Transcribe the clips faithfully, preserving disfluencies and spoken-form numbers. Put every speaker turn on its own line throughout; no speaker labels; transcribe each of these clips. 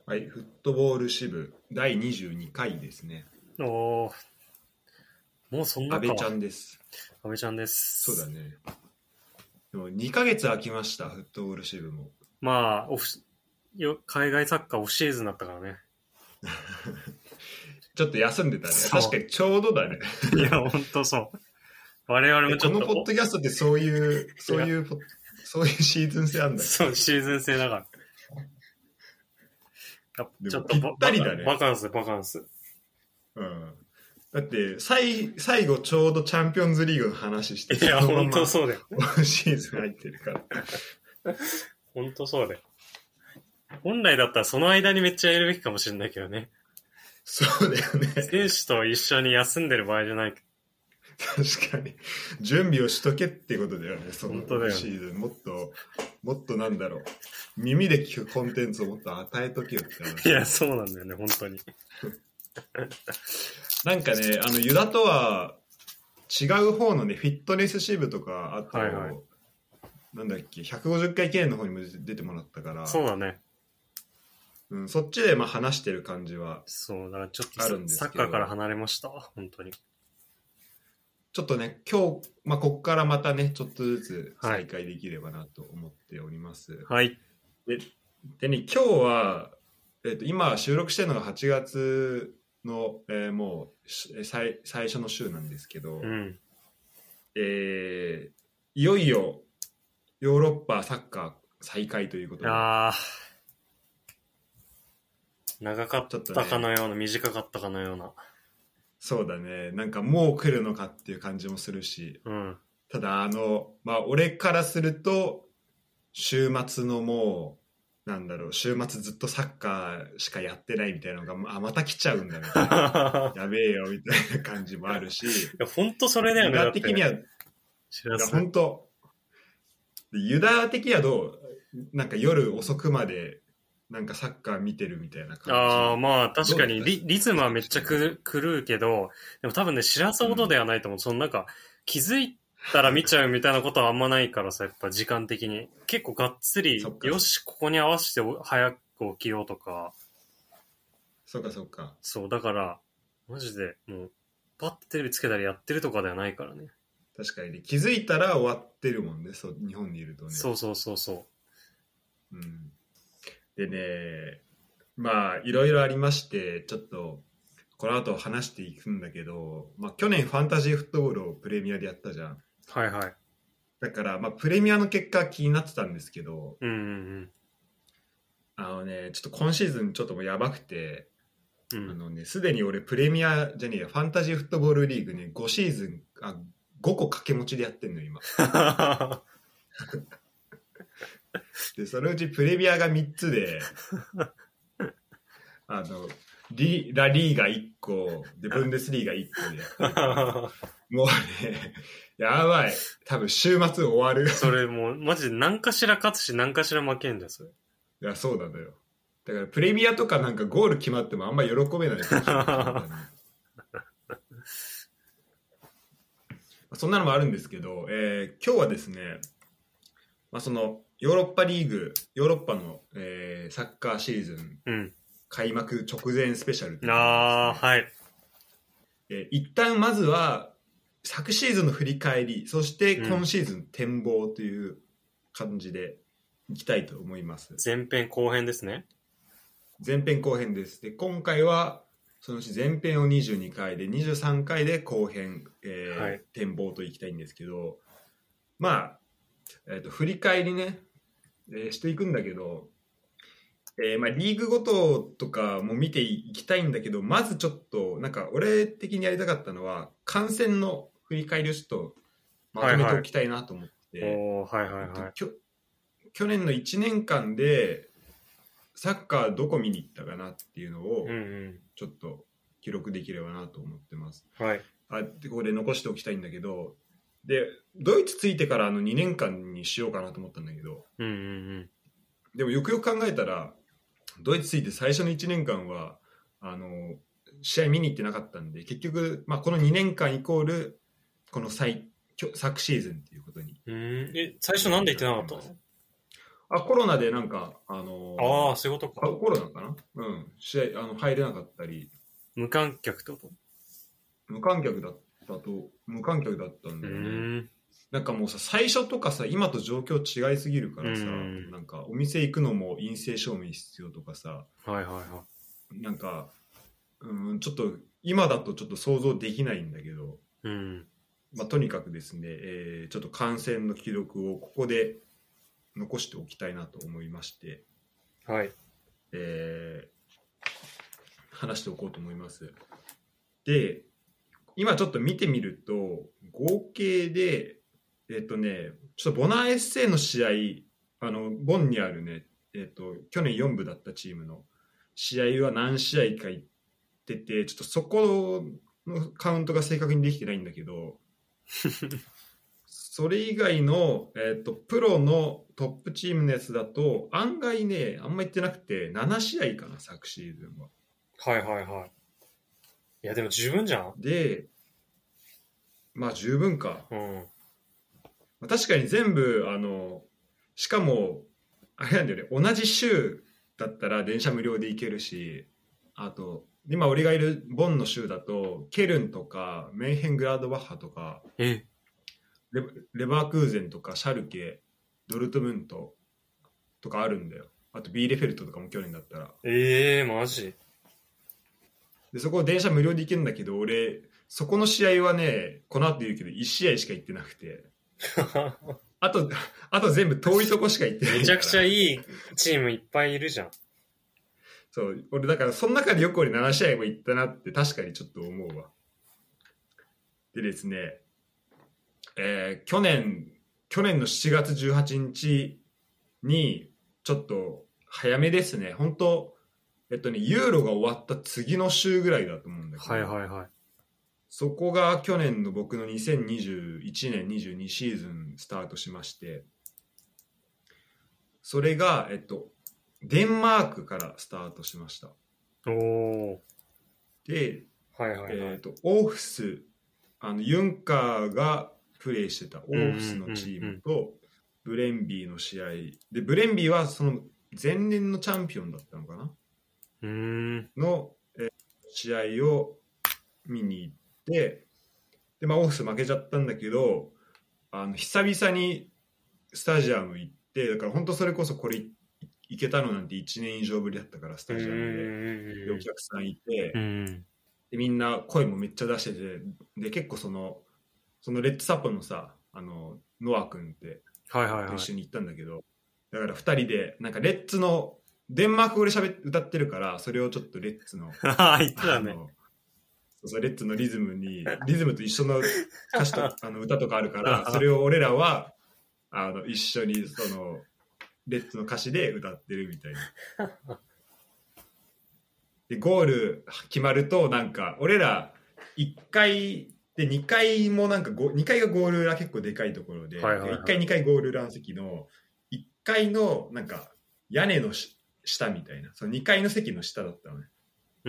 はい、フットボール支部だいにじゅうにかいですね。
おー、もうそんなか。
安倍ちゃんです。
安倍ちゃんです。
そうだね。でもにかげつ空きました、フットボール支部も。
まあオフよ海外サッカーオフシーズンだったからね。
ちょっと休んでたね。確かにちょうどだね。
いや、ほんとそう。我々もちょっと。
このポッドキャストってそういう、そういう、そういうシーズン性あんだっけ。
そう、シーズン性だから。
ちょっとぴったりだね。
バカンス、バカンス。
うん。だって最、最後ちょうどチャンピオンズリーグの話して、
いや、ほんとそうだよ。
シーズン入ってるから。
ほんとそうだよ。本来だったらその間にめっちゃやるべきかもしれないけどね。
そうだよね。
選手と一緒に休んでる場合じゃない。
確かに。準備をしとけってことだよね、そのシーズン。
ね、
もっと、もっとなんだろう。耳で聞くコンテンツをもっと与えとけよって話。
いや、そうなんだよね、本当に。
なんかね、あの、ユダとは違う方のね、フィットネス支部とか、あと、はいはい、なんだっけ、ひゃくごじゅっかい記念の方にも出てもらったから。
そうだね。
うん、そっちでまあ話してる感じは
そうだからちょっと
あるんですけど、
サッカーから離れました本当に。
ちょっとね今日、まあ、ここからまたねちょっとずつ再開できればなと思っております。
はい。
で、でね今日は、えーと、今収録してるのがはちがつの、えー、もう最最初の週なんですけど、
うん、
えー、いよいよヨーロッパサッカー再開ということで。
あー長かったかのような、ね、短かったかのような。
そうだね。なんかもう来るのかっていう感じもするし、
うん、
ただあのまあ俺からすると週末のもうなんだろう週末ずっとサッカーしかやってないみたいなのがあまた来ちゃうんだみたいなやべえよみたいな感じもあるし、い
や本当それだよね。
ユダ的には本当ユダ的にはどうなんか夜遅くまでなんかサッカー見てるみたいな感じ。
ああ、まあ確かに リ, リズムはめっちゃく狂うけど、でも多分ね知らすほどではないと思う、うん、そのなんか気づいたら見ちゃうみたいなことはあんまないからさ、やっぱ時間的に結構がっつりよしここに合わせて早く起きようとか。
そうかそうか。
そうだからマジでもうパッてテレビつけたりやってるとかではないからね。
確かに、ね、気づいたら終わってるもんね。そう日本にいるとね。
そうそうそうそう。
うん。でね、まあいろいろありましてちょっとこの後話していくんだけど、まあ、去年ファンタジーフットボールをプレミアでやったじゃん。
はいはい。
だからまあプレミアの結果気になってたんですけど、
うんうんうん、
あのねちょっと今シーズンちょっともうやばくて、
うん、
あのねすでに俺プレミアじゃねえやファンタジーフットボールリーグねごシーズンあごこ掛け持ちでやってんの今。でそのうちプレミアがみっつであのリラリーガいっこでブンデスリーガいっこでやってるもうねやばい多分週末終わる。
それもうマジで何かしら勝つし何かしら負けんだよそれ。
いやそうなのよ。だからプレミアとかなんかゴール決まってもあんま喜べないそんなのもあるんですけど、えー、今日はですね、まあ、そのヨーロッパリーグヨーロッパの、えー、サッカーシーズン、うん、開幕直前スペシャルという、ね、
あーはい、
えー、一旦まずは昨シーズンの振り返りそして今シーズン展望という感じでいきたいと思います、
うん、前編後編ですね。
前編後編です。で今回はそのうち前編をにじゅうにかいでにじゅうさんかいで後編、えーはい、展望といきたいんですけど、まあ、えー、と振り返りね、えー、していくんだけど、えーまあ、リーグごととかも見ていきたいんだけど、まずちょっとなんか俺的にやりたかったのは観戦の振り返りをちょっとまとめておきたいなと思って、はいはい
はいはいはい、
きょ去年のいちねんかんでサッカーどこ見に行ったかなっていうのをちょっと記録できればなと思ってます、
うんうん、はい、
あでここで残しておきたいんだけど、でドイツついてからあのにねんかんにしようかなと思ったんだけど、
うんうんうん、
でもよくよく考えたらドイツついて最初のいちねんかんはあの試合見に行ってなかったんで、結局、まあ、このにねんかんイコールこの最昨シーズンっていうことに。
うんえ最初なんで行ってなかったの？
あ、コロナでなんか、あのー、
ああ、そういうことか。
コロナかなうん。試合、あの、入れなかったり。
無観客ってこと？
無観客だったと、無観客だったんだよね。
うーん。
なんかもうさ、最初とかさ、今と状況違いすぎるからさ、
うん
なんかお店行くのも陰性証明必要とかさ、
はいはいは
なんか、うん、ちょっと、今だとちょっと想像できないんだけど、
い。うん。
まあ、とにかくですね、えーちょっと感染の記録をここで残しておきたいなと思いまして、
はい。
えー話しておこうと思います。で、今ちょっと見てみると、合計で、えっとね、ちょっとボナー エスエー の試合、あの、ボンにあるね、えっと、去年よん部だったチームの試合は何試合か行ってて、ちょっとそこのカウントが正確にできてないんだけど、それ以外の、えっと、プロのトップチームのやつだと、案外ね、あんま行ってなくて、なな試合かな、昨シーズンは。
はいはいはい。いやでも十分じゃん。
で、まあ十分か。
うん。
確かに全部、あの、しかも、あれなんだよね、同じ州だったら電車無料で行けるし、あと、今俺がいるボンの州だと、ケルンとか、メンヘングラードバッハとか、
え
レレバークーゼンとか、シャルケ、ドルトムントとかあるんだよ。あと、ビーレフェルトとかも去年だったら。
えー、マジ
で、そこ電車無料で行けるんだけど、俺、そこの試合はね、この後言うけど、いち試合しか行ってなくて、あと、あと全部遠いとこしか行ってないから。
めちゃくちゃいいチームいっぱいいるじゃん。
そう、俺だからその中でよく俺なな試合も行ったなって確かにちょっと思うわ。でですね、えー去年、去年のしちがつじゅうはちにちに、ちょっと早めですね、本当えっとね、ユーロが終わった次の週ぐらいだと思うんだけど、
はいはいはい。
そこが去年の僕のにせんにじゅういちねんにじゅうにシーズンスタートしまして、それが、えっと、デンマークからスタートしました。
おー。
で、
はいはいはい。
えっと、オーフス、あのユンカーがプレーしてたオーフスのチームとブレンビーの試合で、ブレンビーはその前年のチャンピオンだったのかな
うーん。
の、えー試合を見に行って、で、まあ、オーフス負けちゃったんだけど、あの久々にスタジアム行って、だから本当それこそこれ行けたのなんていちねん以上ぶりだったから、スタジアムででお客さんいて、
うん。
でみんな声もめっちゃ出してて、で結構そのそのレッドサポのさ、あのノア君って
はいはいはい。
と一緒に行ったんだけど、だからふたりでなんかレッツのデンマーク語で喋歌ってるから、それをちょっとレッツの
あいつだね。
そうそうレッツのリズムにリズムと一緒の歌詞とあの歌とかあるから、それを俺らはあの一緒にそのレッツの歌詞で歌ってるみたいな。でゴール決まるとなんか俺らいっかいでにかいもなんかにかいがゴール裏結構でかいところで、
はいはいはい、
いっかいにかいゴール裏の席のいっかいのなんか屋根の下みたいな、そのにかいの席の下だったのね。
うん。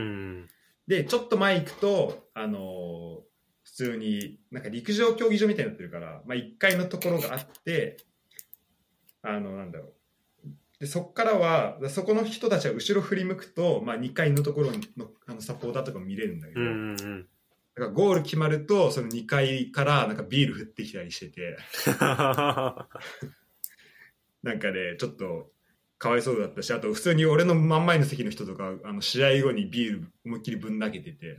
でちょっと前行くとあのー、普通になんか陸上競技場みたいになってるから、まあ、いっかいのところがあって、あのなんだろうでそこからはそこの人たちは後ろ振り向くと、まあ、にかいのところ の, あのサポーターとかも見れるんだけど、
うんうんうん、
だからゴール決まるとそのにかいからなんかビール振ってきたりしててなんかねちょっとかわいそうだったし、あと普通に俺の真ん前の席の人とかあの試合後にビール思いっきりぶん投げてて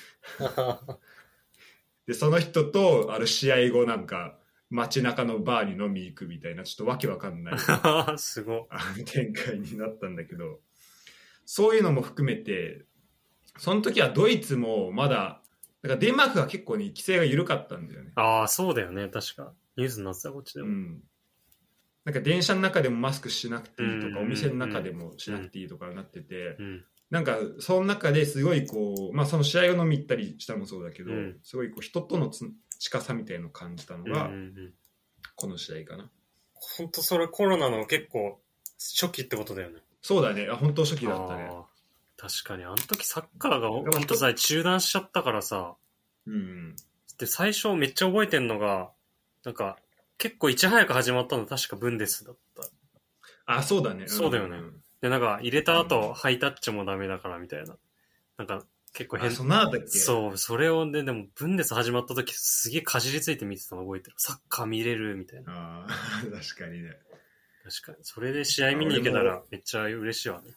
でその人とある試合後なんか街中のバーに飲み行くみたいなちょっとわけわかんない
すご
い展開になったんだけど、そういうのも含めてその時はドイツもまだだからデンマークが結構ね規制が緩かったんだよね。
ああそうだよね、確かニュースになってたこっちでも、
うん、なんか電車の中でもマスクしなくていいとか、お店の中でもしなくていいとかなってて、
うん、
なんかその中ですごいこう、まあ、その試合を飲み行ったりしたのもそうだけど、うん、すごいこう人とのつ近さみたいなのを感じたのが、うんうんうん、この試合かな。
本当それコロナの結構初期ってことだよね。
そうだね、本当初期だったね。
確かにあの時サッカーが本当さ中断しちゃったからさ、
うん、
で最初めっちゃ覚えてんのがなんか結構いち早く始まったの確かブンデスだった。
あ、そうだね。
そうだよね。うん、で、なんか入れた後、うん、ハイタッチもダメだからみたいな。なんか結構変。
あ、そんなだったっけ？
そう、それをね、でも、ブンデス始まった時すげえかじりついて見てたの覚えてる。サッカー見れるみたいな。
ああ、確かにね。
確かに。それで試合見に行けたらめっちゃ嬉しいわね。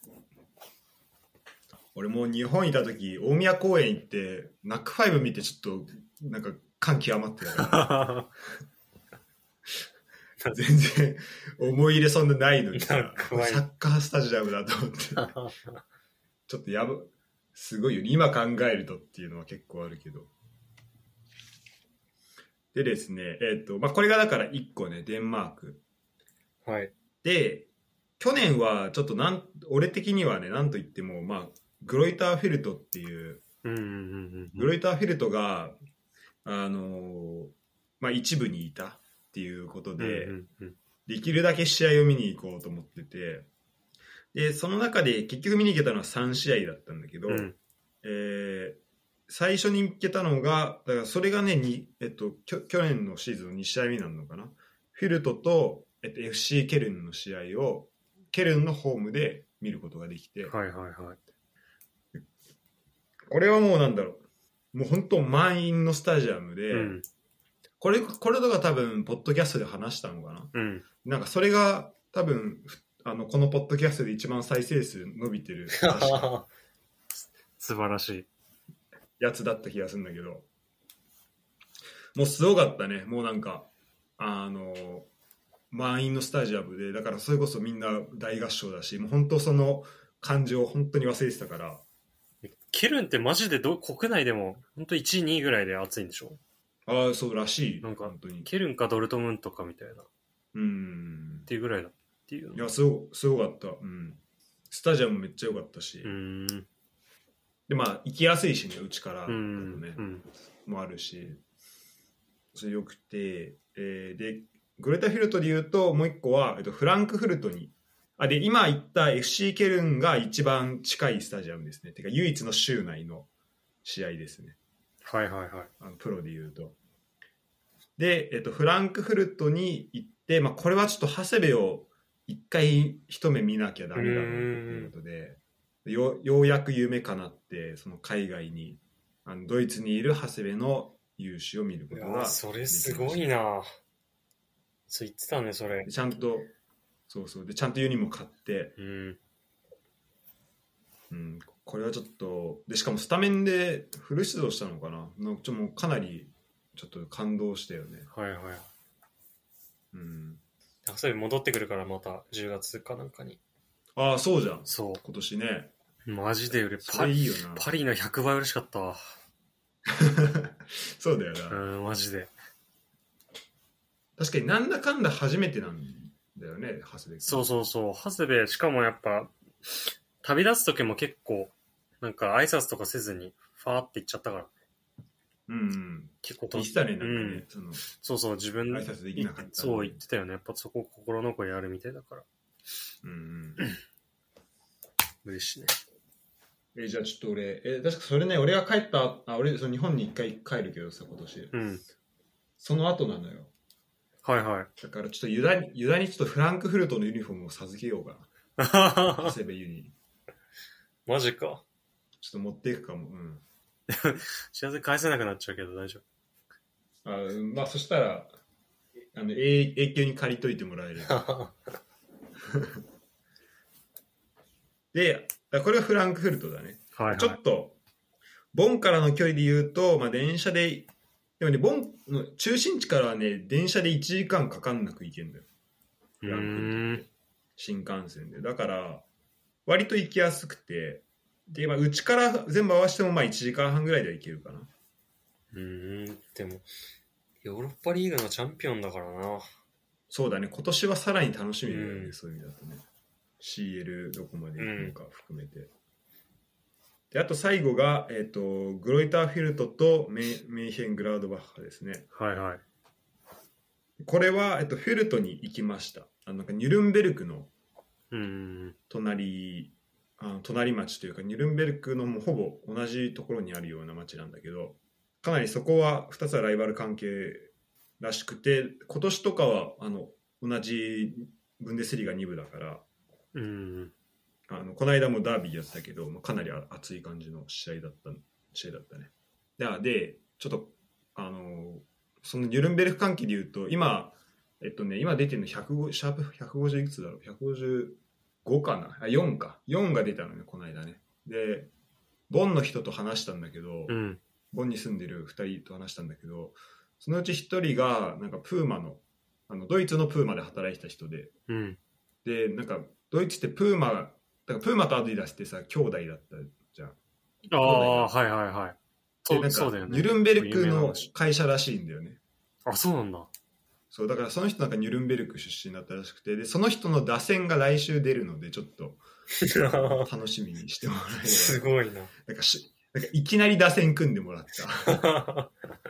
俺も日本いた時、大宮公園行って、ナックファイブ見てちょっと、なんか感極まってたから。全然思い入れそんなないのにさ、サッカースタジアムだと思ってちょっとやばすごいよ、今考えるとっていうのは結構あるけど。でですね、えっとまあ、これがだからいっこね、デンマーク、
はい、
で去年はちょっとなん俺的にはね、なんといっても、まあ、グロイターフェルトっていう、
うんうんうんうん、
グロイターフェルトがあの、まあ、一部にいたっていうことで、うんうんうん、できるだけ試合を見に行こうと思ってて、でその中で結局見に行けたのはさんしあいだったんだけど、うん、えー、最初に行けたのがだからそれがねに、えっと、去年のシーズンのにしあいめなのかな。フィルトと、えっと、エフシー ケルンの試合をケルンのホームで見ることができて、
はいはいはい、
これはもうなんだろう、もう本当満員のスタジアムで、うん、これこれとか多分ポッドキャストで話したのかな、
うん、
なんかそれが多分あのこのポッドキャストで一番再生数伸びてる
素晴らしい
やつだった気がするんだけど、もうすごかったね。もうなんかあの満員のスタジアムで、だからそれこそみんな大合唱だし、もう本当その感情を本当に忘れてたから。
ケルンってマジでど国内でも本当いちいにいぐらいで熱いんでしょ？
ああ、そうらしい。
なんか本当にケルンかドルトムントかみたいな、
うん
っていうぐらいだっていうの。
いや、すごすごかった、うん。スタジアムめっちゃ良かったし、
うん、
でまあ行きやすいしね、うちからだとね、
うん、
もあるし、それよくて、えー、でグレタフィルトで言うともう一個は、えっと、フランクフルトにあで今言った エフシー ケルンが一番近いスタジアムですね。てか唯一の州内の試合ですね。
はいはいはい。
あのプロで言うと。で、えっと、フランクフルトに行って、まあ、これはちょっと長谷部を一回一目見なきゃダメだろうということで、よ, ようやく夢叶ってその海外にあのドイツにいる長谷部の勇姿を見ることができました。
それすごいな。そう言ってたね、それ。
ちゃんとそうそうでちゃんとユニも買って、
うん
うん、これはちょっとでしかもスタメンでフル出場したのかな。のちょもうかなりちょっと感動したよね。
はいはい。
うん。
それ戻ってくるからまたじゅうがつかなんかに。
ああそうじゃん。
そう。
今年ね。
マジで売れ
パリいいよな。
パリのひゃくばい嬉しかったわ。
そうだよな。
うんマジで。
確かになんだかんだ初めてなんだよね、長谷部。
そうそうそう。長谷部しかもやっぱ旅立つ時も結構なんか挨拶とかせずにファーって行っちゃったから。
うん、うん、
結構
言ってたね、なんかね、
うん、そのそうそう自分
挨拶できなかった。
そう言ってたよね。やっぱそこ心残りあるみたいだから。
うんうん。
嬉しいね。
えじゃあちょっと俺え確かそれね俺が帰ったあ俺その日本に一回帰るけどさ今年。
うん。
その後なのよ。
はいはい。
だからちょっとユダにユダにちょっとフランクフルトのユニフォームを授けようかな。長谷部ユニ。
マジか。
ちょっと持っていくかも。うん。
幸せ返せなくなっちゃうけど大丈
夫。あまあそしたらあの永永久に借りといてもらえる。でこれはフランクフルトだね。
はいはい、
ちょっとボンからの距離で言うと、まあ、電車ででもねボンの中心地からはね電車でいちじかんかかんなく行けるんだよ。フランクフルトって新幹線でだから割と行きやすくて。でまあ、うちから全部合わせてもまあいちじかんはんぐらいでは行けるかな。
うーんでもヨーロッパリーグのチャンピオンだからな。
そうだね今年はさらに楽しみだよね、うん、そういう意味だとね シーエル どこまで行くのか含めて、うん、であと最後が、えー、とグロイターフィルトとメイ、メイヘングラードバッハですね。
はいはい。
これは、えー、とフィルトに行きました。あのなんかニュルンベルクの隣、うんあの隣町というかニュルンベルクのもうほぼ同じところにあるような町なんだけどかなりそこはふたつはライバル関係らしくて今年とかはあの同じブンデスリーガに部だから、
うん、
あのこの間もダービーやったけど、かなり熱い感じの試合だった試合だったね。で、でちょっとあのそのニュルンベルク関係でいうと、今えっとね今出てるのひゃくごじゅうシャープひゃくごじゅういくつだろう、ひゃくごじゅうごかな、あよんか、よんが出たのねこの間ね。でボンの人と話したんだけど、
うん、
ボンに住んでるふたりと話したんだけど、そのうちひとりがなんかプーマのあのドイツのプーマで働いてた人で、
うん、
でなんかドイツってプーマだからプーマとアディダスってさ兄弟だったじゃん。
ああはいはいはい。
そうなんか
そうだよね。
ニュルンベルクの会社らしいんだよね。
あ、そうなんだ。
そうだからその人なんかニュルンベルク出身だったらしくて、でその人の打線が来週出るのでちょっと楽しみにしてもらえれば。
すごいな。
なんかしなんかいきなり打線組んでもらった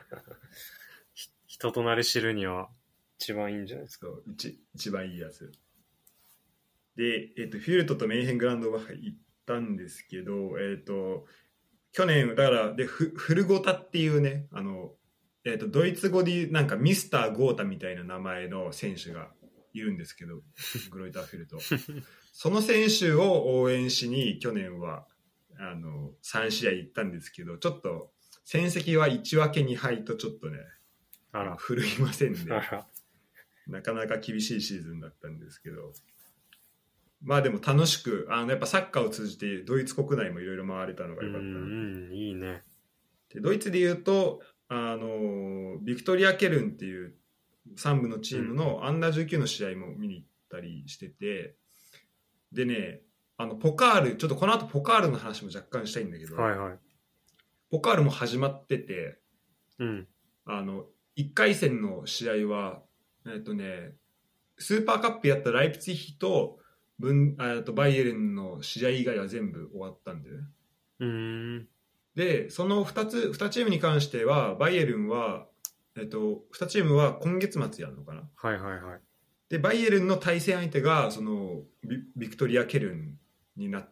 人となり知るには一番いいんじゃないですか。
そう一一番いいやつで、えー、とフィルトとメイヘングランドバッハ行ったんですけど、えー、と去年だからで フ, フルゴタっていうね、あの、えー、とドイツ語でなんかミスターゴータみたいな名前の選手がいるんですけどグロイターフィルトその選手を応援しに去年はあのさん試合行ったんですけど、ちょっと戦績はいち分けに敗とちょっとね
あら
振るいませんね。
あら
なかなか厳しいシーズンだったんですけど、まあでも楽しく、あのやっぱサッカーを通じてドイツ国内もいろいろ回れたのが良かったな。うん、
いいね。
でドイツでいうとあのビクトリア・ケルンっていうさん部のチームのアンダーじゅうきゅうの試合も見に行ったりしてて、でね、あのポカール、ちょっとこの後ポカールの話も若干したいんだけど、
はいはい、
ポカールも始まってて、
うん、
あのいっかい戦の試合は、えっとね、スーパーカップやったライプツィヒとブンあとバイエルンの試合以外は全部終わったんでね。
うーん
でその2つ2チームに関してはバイエルンは、えっと、にチームは今月末やるのかな。
はいはいはい。
でバイエルンの対戦相手がその ビ, ビクトリア・ケルンになって、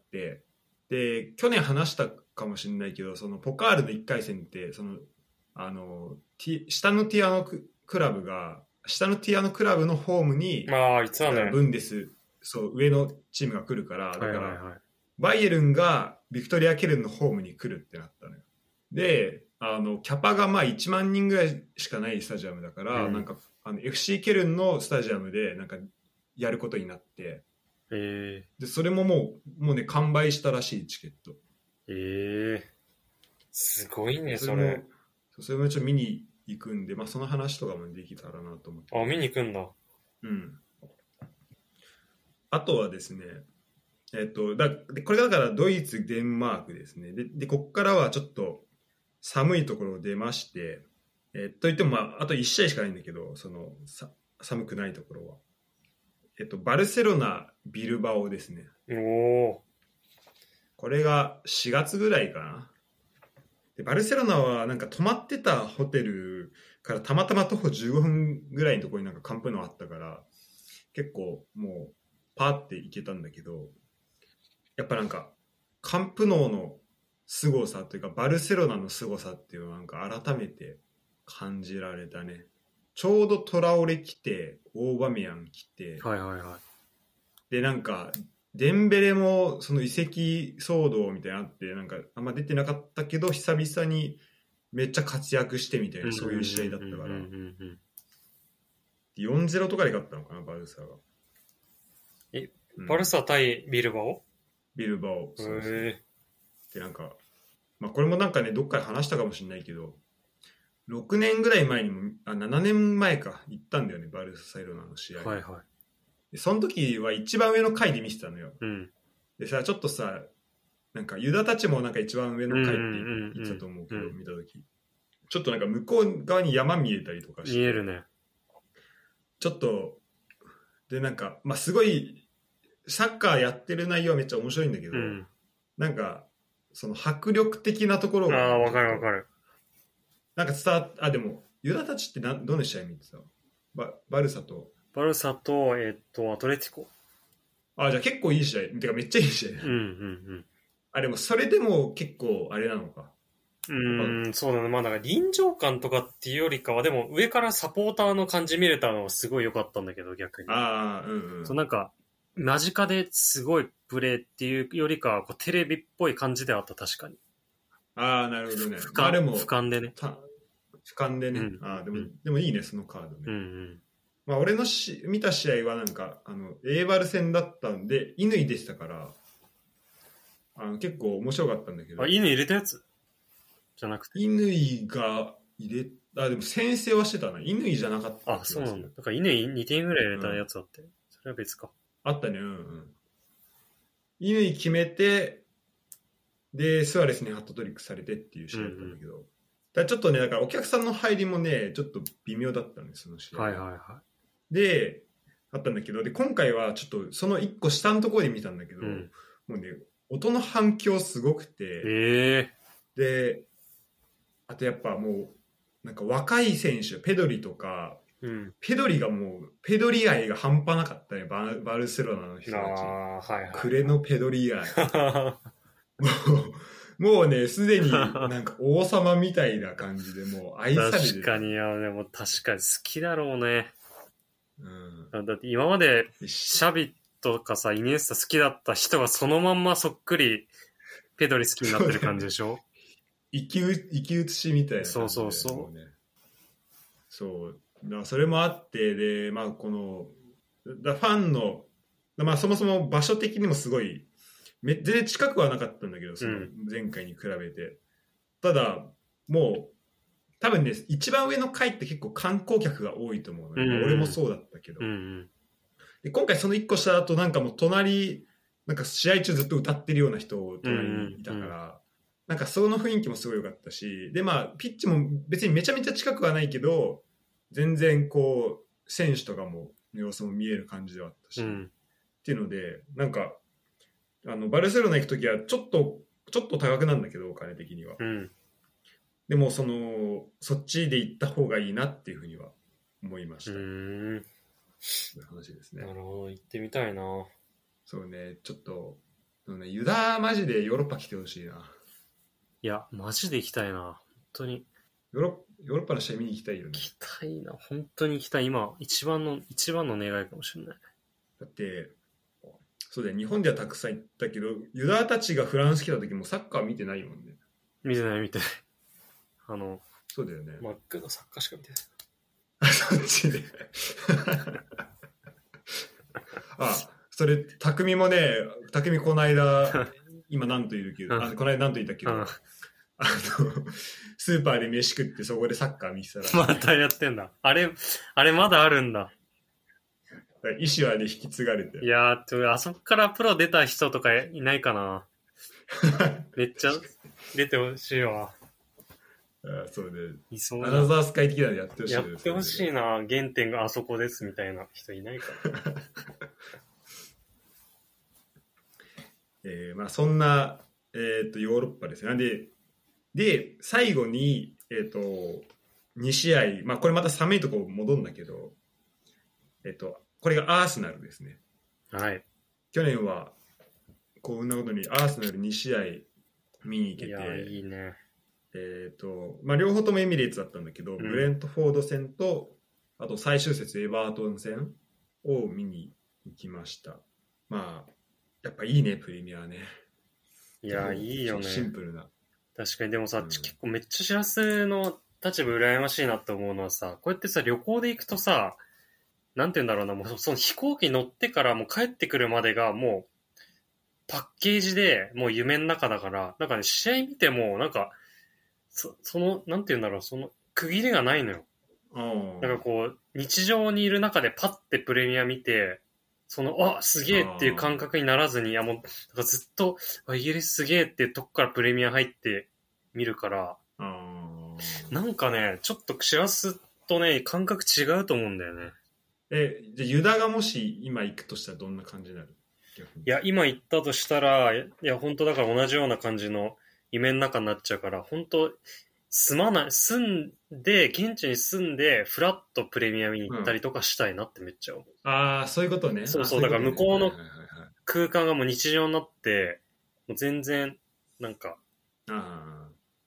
で去年話したかもしれないけど、そのポカールのいっかい戦ってそのあの下のティアのクラブが下のティアのクラブのホームに、
ああいつはね、
ブンデスそう上のチームが来るから、だから、
はいはいはい、
バイエルンがビクトリア・ケルンのホームに来るってなったのよ。であのキャパがまあいちまん人ぐらいしかないスタジアムだから、うん、なんかあの エフシー ケルンのスタジアムでなんかやることになって、
え
ー、でそれももうもうね完売したらしいチケット。
えー、すごいねそれ。
それもそれもちょっと見に行くんで、まあ、その話とかもできたらなと思って。
あ、見に行くんだ。
うん。あとはですね、えっと、だでこれだからドイツ、デンマークですね。で、でここからはちょっと寒いところ出まして、えっといっても、まあ、あといち試合しかないんだけど、そのさ寒くないところは。えっと、バルセロナ、ビルバオですね。
おお。
これがしがつぐらいかな。でバルセロナはなんか泊まってたホテルからたまたま徒歩じゅうごふんぐらいのところになんかカンプノあったから、結構もうパーって行けたんだけど、やっぱなんかカンプノの凄さというかバルセロナの凄さっていうのをなんか改めて感じられたね。ちょうどトラオレ来てオーバメヤン来て、
はいはいはい、
でなんかデンベレもその移籍騒動みたいなのあってなんかあんま出てなかったけど久々にめっちゃ活躍してみたいな、そういう試合だったから、よんたいゼロとかで勝ったのかなバルサが。
え、うん、バルサ対ビルバオ？
ビルバオ。
そうそう。
でなんか、まあ、これもなんかねどっかで話したかもしれないけど、ろくねんぐらい前にもあななねんまえか行ったんだよね、バルササイロナの試合。
はいはい。
でその時は一番上の階で見てたのよ、
うん、
でさちょっとさなんかユダたちもなんか一番上の階って言ってたと思うけど、うんうんうんうん、見た時ちょっとなんか向こう側に山見えたりとかして、
見えるね。
ちょっとでなんかまあすごいサッカーやってる内容はめっちゃ面白いんだけど、うん、なんかその迫力的なところが、
ああ分かる分かる、
なんか伝わっあでもユダたちってなどの試合見てた？バ, バルサと
バルサと、えー、っとアトレティコ。
あじゃあ結構いい試合てかめっちゃいい試合、
うんうんうん、
あでもそれでも結構あれなのか
うーん、そうだね。まあなんか臨場感とかっていうよりかは、でも上からサポーターの感じ見れたのはすごい良かったんだけど、逆に。
ああ、うんうん。
そうなんか、間近ですごいプレーっていうよりかは、こうテレビっぽい感じではあった、確かに。
ああ、なるほどね。
俯瞰、
まあでも、
俯瞰でね。
た俯瞰でね。
うん
ああ、でも、
うん、
でもいいね、そのカードね。
うんうん。
まあ俺のし見た試合はなんか、あの、エーバル戦だったんで、乾でしたから、あの結構面白かったんだけど。
あ、犬入れたやつじゃなくて。
乾が入れ、あ、でも先制はしてたな。乾じゃなかった気
あ、
がする。
そうなんだ。だから犬にてんぐらい入れたやつあって。うん、それは別か。
あったね、うんうん。乾決めて、で、スアレスにハットトリックされてっていう試合だったんだけど、うんうん、だちょっとね、だからお客さんの入りもね、ちょっと微妙だったんです、その試合。
はいはいはい。
で、あったんだけど、で、今回はちょっとその一個下のところで見たんだけど、うん、もうね、音の反響すごくて、
え
ー、で、あとやっぱもう、なんか若い選手、ペドリとか、うん、ペドリがもう、ペドリ愛が半端なかったね、バ, バルセロナの人たち。あ、
はいはい、
クレのペドリ愛。もう、もうね、すでになんか王様みたいな感じでもう愛されてる。
確かに、いや、でも確かに好きだろうね。
うん、
だって今までシャビとかさ、イニエスタ好きだった人がそのまんまそっくりペドリ好きになってる感じでしょ。
生きう生き写しみたいな感じで。
そうそうそう。
ね、そうだからそれもあってで、まあ、このだファンの、まあ、そもそも場所的にもすごいめ全然近くはなかったんだけど、その前回に比べて、うん、ただもう多分ね、一番上の階って結構観光客が多いと思うので、うんうん、俺もそうだったけど、うんうん、で今回そのいっこ下だとなんかもう隣なんか試合中ずっと歌ってるような人隣にいたから、うんうんうん、なんかその雰囲気もすごい良かったし、でまあピッチも別にめちゃめちゃ近くはないけど全然こう選手とかも様子も見える感じではあったし、うん、っていうのでなんかあのバルセロナ行くときはちょっとちょっと高くなんだけどお金的には、うん、でもそのそっちで行った方がいいなっていうふうには思いました。うーん、そういう話ですね。
なるほど、行ってみたいな。
そうね、ちょっとね、ユダマジでヨーロッパ来てほしいな。
いやマジで行きたいな、本当に。
ヨーロヨーロッパの試合見に行きたいよね。
行きたいな、本当に行きたい。今一番の一番の願いかもしれない。
だってそうだよ、日本ではたくさん行ったけど、ユダたちがフランス来た時もサッカー見てないもんね。
見てない見てない。あの
そうだよね。
マックのサッカーしか見てない。
あ、そっちで。あ、それ匠もね、匠この間今何と言うけど、あ、この間何と言ったけど、あのスーパーで飯食ってそこでサッカー見てたら。
またやってんだ。あれあれまだあるんだ。
意思はね、引き継がれて。
いやー、あそこからプロ出た人とかいないかな。めっちゃ出てほしいわ。
ああ、そうね。
いそう
アナザースカイ的なのやってほしい。
やってほしいな。原点があそこですみたいな人いないかな。
えー、まあそんな、えー、とヨーロッパですね。で、で最後に、えー、とに試合、まあこれまた寒いとこ戻るんだけど、えっ、ー、とこれがアーセナルですね。
はい。
去年はこんなことにアーセナルに試合見に行けて、い
やいいね。
えーとまあ、両方ともエミレーツだったんだけど、うん、ブレントフォード戦とあと最終節エバートン戦を見に行きました。まあやっぱいいね、プレミアね。
いやいいよね。
シンプルな。
確かに。でもさ、うん、結構めっちゃしらすの立場羨ましいなって思うのはさ、こうやってさ旅行で行くとさ、なんて言うんだろうな、もうその飛行機乗ってからもう帰ってくるまでがもうパッケージでもう夢の中だから、なんかね、試合見てもなんかそ, そのなんて言うんだろう、その区切りがないのよ。なんかこう日常にいる中でパッてプレミア見て、そのあすげえっていう感覚にならずに、いやもうなんかずっとイギリスすげえっていうとこからプレミア入って見るから、なんかねちょっとしらすとね感覚違うと思うんだよね。
え、じゃあユダがもし今行くとしたらどんな感じになる？
いや今行ったとしたら、いや本当だから同じような感じの夢の中になっちゃうから、本当住まない、住んで現地に住んでフラッとプレミア見に行ったりとかしたいなってめっちゃ思う。
うん、ああそういうことね。
そうそう、だから向こうの空間がもう日常になって、もう全然なんか
あ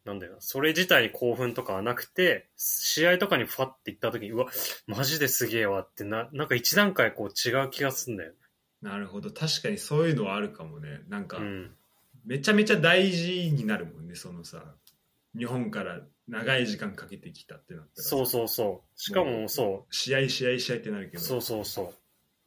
なんだよな、それ自体に興奮とかはなくて、試合とかにファッて行った時に、うわ、マジですげえわってな、なんか一段階こう違う気がすんだよね。
なるほど、確かにそういうのはあるかもね。なんか、
うん、
めちゃめちゃ大事になるもんね、そのさ、日本から長い時間かけてきたってなったらさ。
そうそうそう。しかもそう。
試合試合試合ってなるけど。
そうそうそう。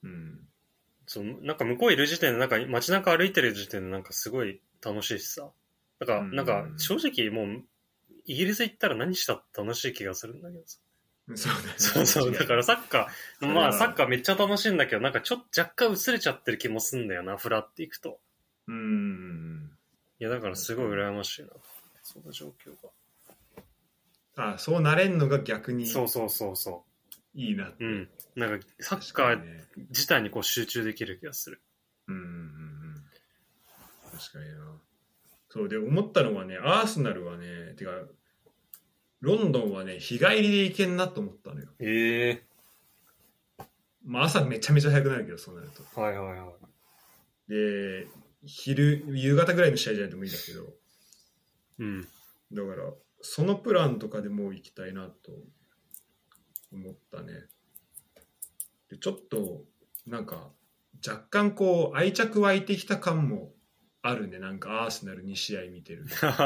うん。
そう、なんか向こういる時点で、なんか街中歩いてる時点でなんかすごい楽しいしさ。だから、なんか正直もう、イギリス行ったら何したって楽しい気がするんだけどさ。
そうだね。
そうそう。だからサッカー、まあサッカーめっちゃ楽しいんだけど、なんかちょっと若干薄れちゃってる気もすんだよな、フラっていくと。
うん。
いや、だからすごい羨ましいな。その状況
が。あ、そうなれんのが逆に。
そうそうそうそう。
いいなって。
うん。なんかサッカー自体にこう集中できる気がする。
うんうんうん。確かにな。そうで思ったのはね、アーセナルはね、てか、ロンドンはね、日帰りで行けんなと思ったのよ。
へえー。
まあ朝めちゃめちゃ早くなるけど、そうなると。
はいはいはい。
で、昼、夕方ぐらいの試合じゃないと無理だけど。
うん。
だから、そのプランとかでもう行きたいなと思ったね。で、ちょっと、なんか、若干こう、愛着湧いてきた感もあるね。なんか、アーセナルに試合見てる。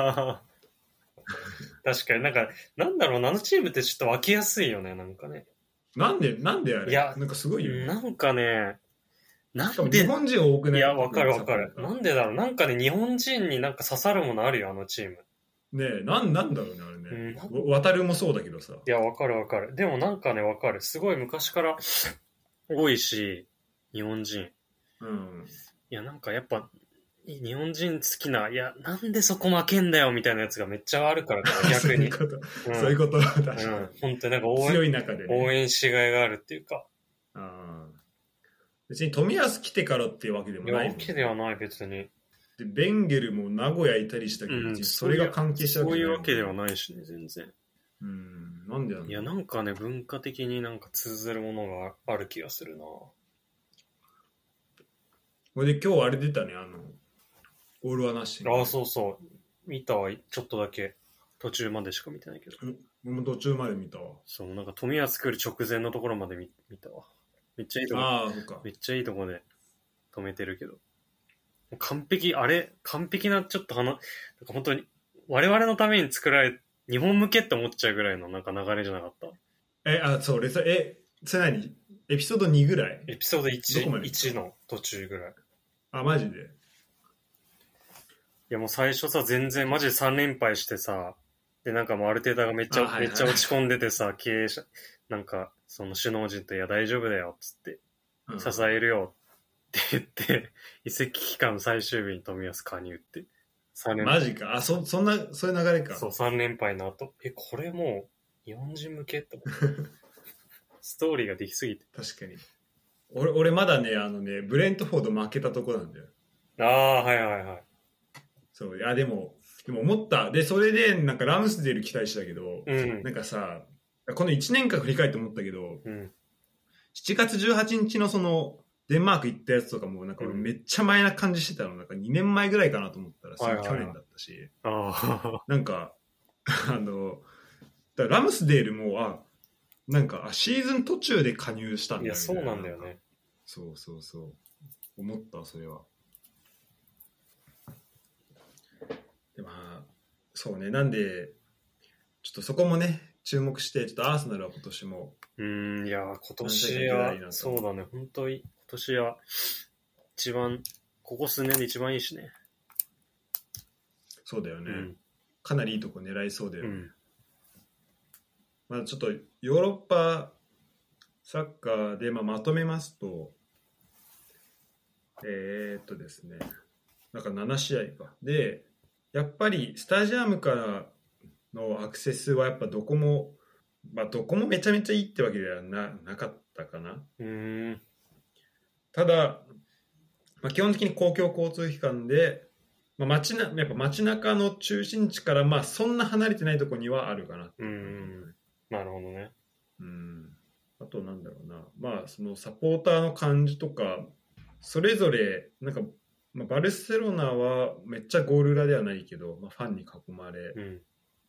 確かになんか、なんだろうな、あのチームってちょっと分けやすいよね、なんかね。
なんで、なんであれ
いや、
なんかすごいよね。
なんかね、
なんで日本人多くない？
いや、わかるわかる。なんでだろう、なんかね、日本人になんか刺さるものあるよ、あのチーム。
ねえ、なん、なんだろうね、あれね。
うん、
渡るもそうだけどさ。
いや、わかるわかる。でもなんかね、わかる。すごい昔から多いし、日本人。
うん。
いや、なんかやっぱ、日本人好きな、いや、なんでそこ負けんだよみたいなやつがめっちゃあるから逆に。
そういうこと。うん、そういうこと。確かに。うん、
本当になんか応援、
強い中で、
ね、応援しがいがあるっていうか。
あ別に冨安来てからっていうわけでもないもん、ね。
いや、わけではない、別に。
で、ベンゲルも名古屋いたりしたけど、うん、それが関係したわ
けじゃない。そういうわけではないしね、全然。
うん、なんでなんだろう。
いや、なんかね、文化的になんか通ずるものがある気がするな。
これで今日あれ出たね、あの、オールはなし。
ああ、そうそう。見たわ、ちょっとだけ。途中までしか見てないけど。
俺も途中まで見たわ。
そう、なんか冨安来る直前のところまで 見, 見たわ。めっちゃいいとこ。
ああ、そっか。
めっちゃいいとこで止めてるけど。完璧、あれ、完璧な、ちょっと話、なんか本当に、我々のために作られ、日本向けって思っちゃうぐらいのなんか流れじゃなかった。
え、あ、そう、レサ、え、それ何エピソードにぐらい
エピソード いち, いちの途中ぐらい。
あ、マジで？
いやもう最初さ、全然マジでさん連敗してさ、でなんかもうアルテータがめっちゃ、はいはい、めっちゃ落ち込んでてさ、経営者、なんかその首脳陣といや大丈夫だよっつって、うん、支えるよって言って、移籍期間最終日に冨安加入って。
さん連敗。マジか。あ、そ、そんな、そういう流れか。
そう、さん連敗の後。え、これもう、日本人向けって思って。ストーリーができすぎて。
確かに。俺、俺まだね、あのね、ブレントフォード負けたとこなんだよ。
ああ、はいはいはい。
そう、いや、でも、でも思った。で、それで、なんかラムスデール期待したけど、
うん、
なんかさ、このいちねんかん振り返って思ったけど、
うん、
しちがつじゅうはちにちのその、デンマーク行ったやつとかも、なんか俺めっちゃ前な感じしてたの、なんかにねんまえぐらいかなと思ったら、それ去年だったし、なんか、あの、だラムスデールも、あ、なんか、あシーズン途中で加入したんだよね。
いや、そうなんだよね。
そうそうそう。思った、それは。で、まあ、そうね、なんで、ちょっとそこもね、注目して、ちょっとアーセナルは今年も。
うーん、いや、今年は、そうだね、本当に、今年は、一番、ここ数年で一番いいしね。
そうだよね。
うん、
かなりいいとこ狙いそうだよね。
うん、
まあちょっと、ヨーロッパサッカーで、まあ、まとめますと、えー、っとですね、なんかなな試合か。で、やっぱりスタジアムからのアクセスはやっぱどこも、まあどこもめちゃめちゃいいってわけでは な, なかったかな。
うーん
ただ、まあ、基本的に公共交通機関で、まあ、街なやっぱ街中の中心地からまあそんな離れてないところにはあるかなっていう感じ、ね。
うん、なるほどね。
うん。あとなんだろうな、まあそのサポーターの感じとか、それぞれなんか、まあ、バルセロナはめっちゃゴール裏ではないけど、まあ、ファンに囲まれ、
うん、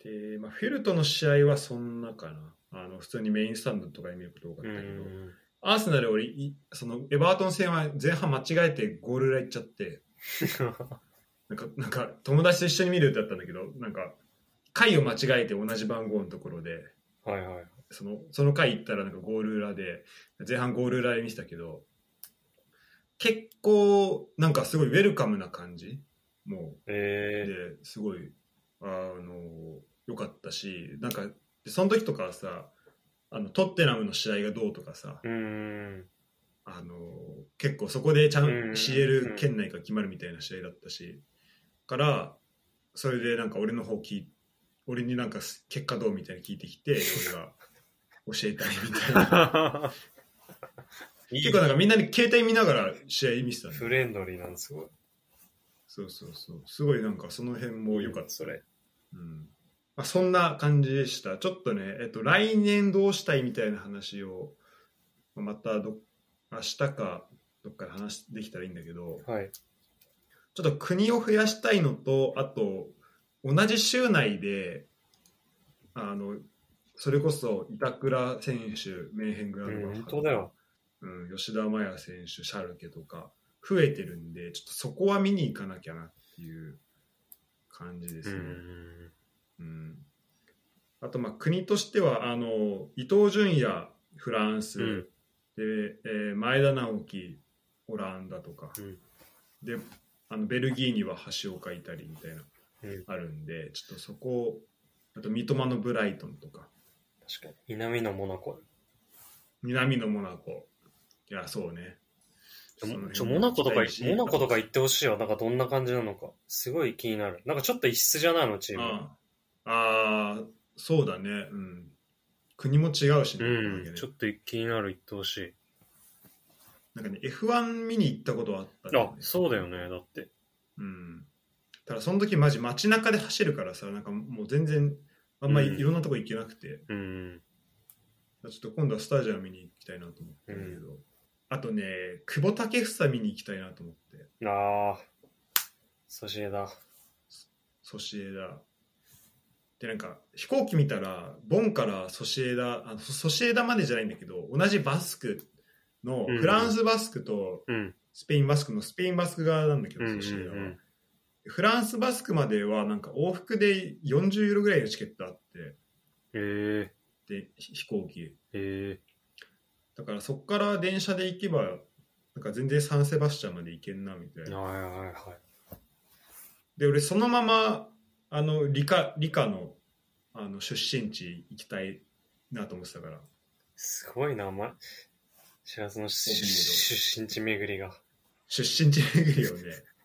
で、まあ、フェルトの試合はそんなかな。あの普通にメインスタンドとかで見ること多かったけど、アーセナル俺そのエバートン戦は前半間違えてゴール裏行っちゃってなんかなんか友達と一緒に見るってだったんだけど、なんか回を間違えて同じ番号のところで、
はいはい、
そのその回行ったらなんかゴール裏で前半ゴール裏で見てたけど、結構なんかすごいウェルカムな感じもう、
え
ー、ですごいあの良かったし、なんかその時とかはさ、あのトッテナムの試合がどうとかさ、
うーん、
あの結構そこでちゃん シーエル 圏内が決まるみたいな試合だったし、からそれでなんか俺の方聞い俺になんか結果どうみたいな聞いてきて、俺が教えたいみたいな結構なんかみんなに携帯見ながら試合見てたね。
フレンドリーなんですごい。
そうそうそう、すごいなんかその辺も良かった、
それ、
うんまあ、そんな感じでした。ちょっとね、えっと、来年どうしたいみたいな話をまたど明日かどっかで話できたらいいんだけど、
はい、
ちょっと国を増やしたいのと、あと同じ州内であのそれこそ板倉選手、メンヘングラドバッハ、
うん、本当だよ、
うん、吉田麻也選手、シャルケとか増えてるんで、ちょっとそこは見に行かなきゃなっていう感じですね。うんうん、あとまあ国としてはあの伊東純也フランス、うん、で、えー、前田直樹オランダとか、うん、であのベルギーには橋岡いたりみたいな、うん、あるんで、ちょっとそこ、あと三笘のブライトンとか、
確かに南のモナコ、
南のモナコ、いやそうね、
ちょモナコとかモナコとか行ってほしいよ。なんかどんな感じなのかすごい気になる。なんかちょっと異質じゃないのチーム。
ああ、そうだね、うん、国も違うしね、
うんね、ちょっと気になる、行ってほしい。
なんかね エフワン 見に行ったことはあったんだよね。
あ、そうだよね、だって。
うん。ただその時マジ街中で走るからさ、なんかもう全然あんまりいろんなとこ行けなくて、
うん、
ちょっと今度はスタジアム見に行きたいなと思ってるけど、うん、あとね久保建英見に行きたいなと思って。
ああ、ソシエダ。
ソシエダで、なんか飛行機見たらボンからソシエダ、あのソシエダまでじゃないんだけど、同じバスクのフランスバスクとスペインバスクのスペインバスク側なんだけど、ソシエダは、うんうんうん、フランスバスクまではなんか往復でよんじゅうユーロぐらいのチケットあって、
へ
で飛行機
へ
だからそっから電車で行けばなんか全然サンセバスチャンまで行けんなみたいな。
はいはいはい。
で俺そのままあの理科理科のあの出身地行きたいなと思ってたから。
すごいな、ましらすの出身地巡りが
出身地巡りをね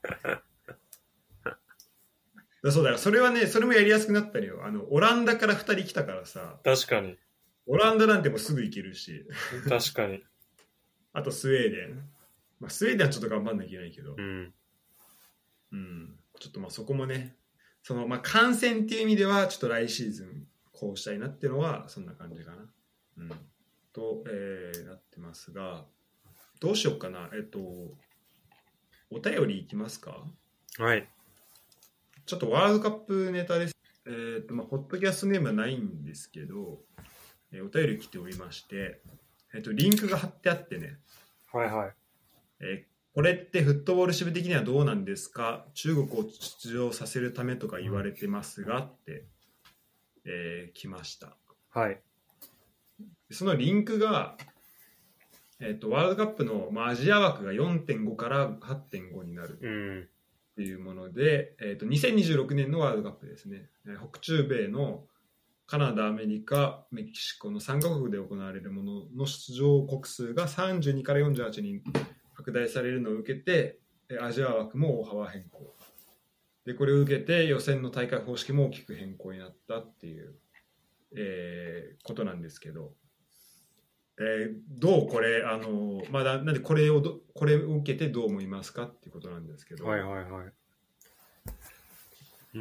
だそうだよ、それはね、それもやりやすくなったのよ。あのオランダからふたり来たからさ。
確かに
オランダなんてもうすぐ行けるし
確かに
あとスウェーデン、まあ、スウェーデンはちょっと頑張んなきゃいけないけど、
うん、
うん、ちょっとまあそこもね、そのまあ観戦っていう意味ではちょっと来シーズンこうしたいなっていうのはそんな感じかな、うん、と、えー、なってますが、どうしようかな。えっとお便りいきますか。
はい、
ちょっとワールドカップネタです。えーとまあ、ポッドキャストネームはないんですけど、えー、お便り来ておりまして、えーと、リンクが貼ってあってね、
はいはい、
えー、これってフットボール支部的にはどうなんですか、中国を出場させるためとか言われてますがって、えー、来ました。
はい。
そのリンクが、えーと、ワールドカップの、まあ、アジア枠が よんてんご から はってんご になる、
うん
っていうもので、えー、とにせんにじゅうろくねんのワールドカップですね。北中米のカナダ、アメリカ、メキシコのさんカ国で行われるものの出場国数がさんじゅうにからよんじゅうはちにん拡大されるのを受けて、アジア枠も大幅変更で、これを受けて予選の大会方式も大きく変更になったっていう、えー、ことなんですけど、えー、どうこれあのまあ、なんでこれをどこれを受けてどう思いますかっていうことなんですけど。
はいはいはい。うん、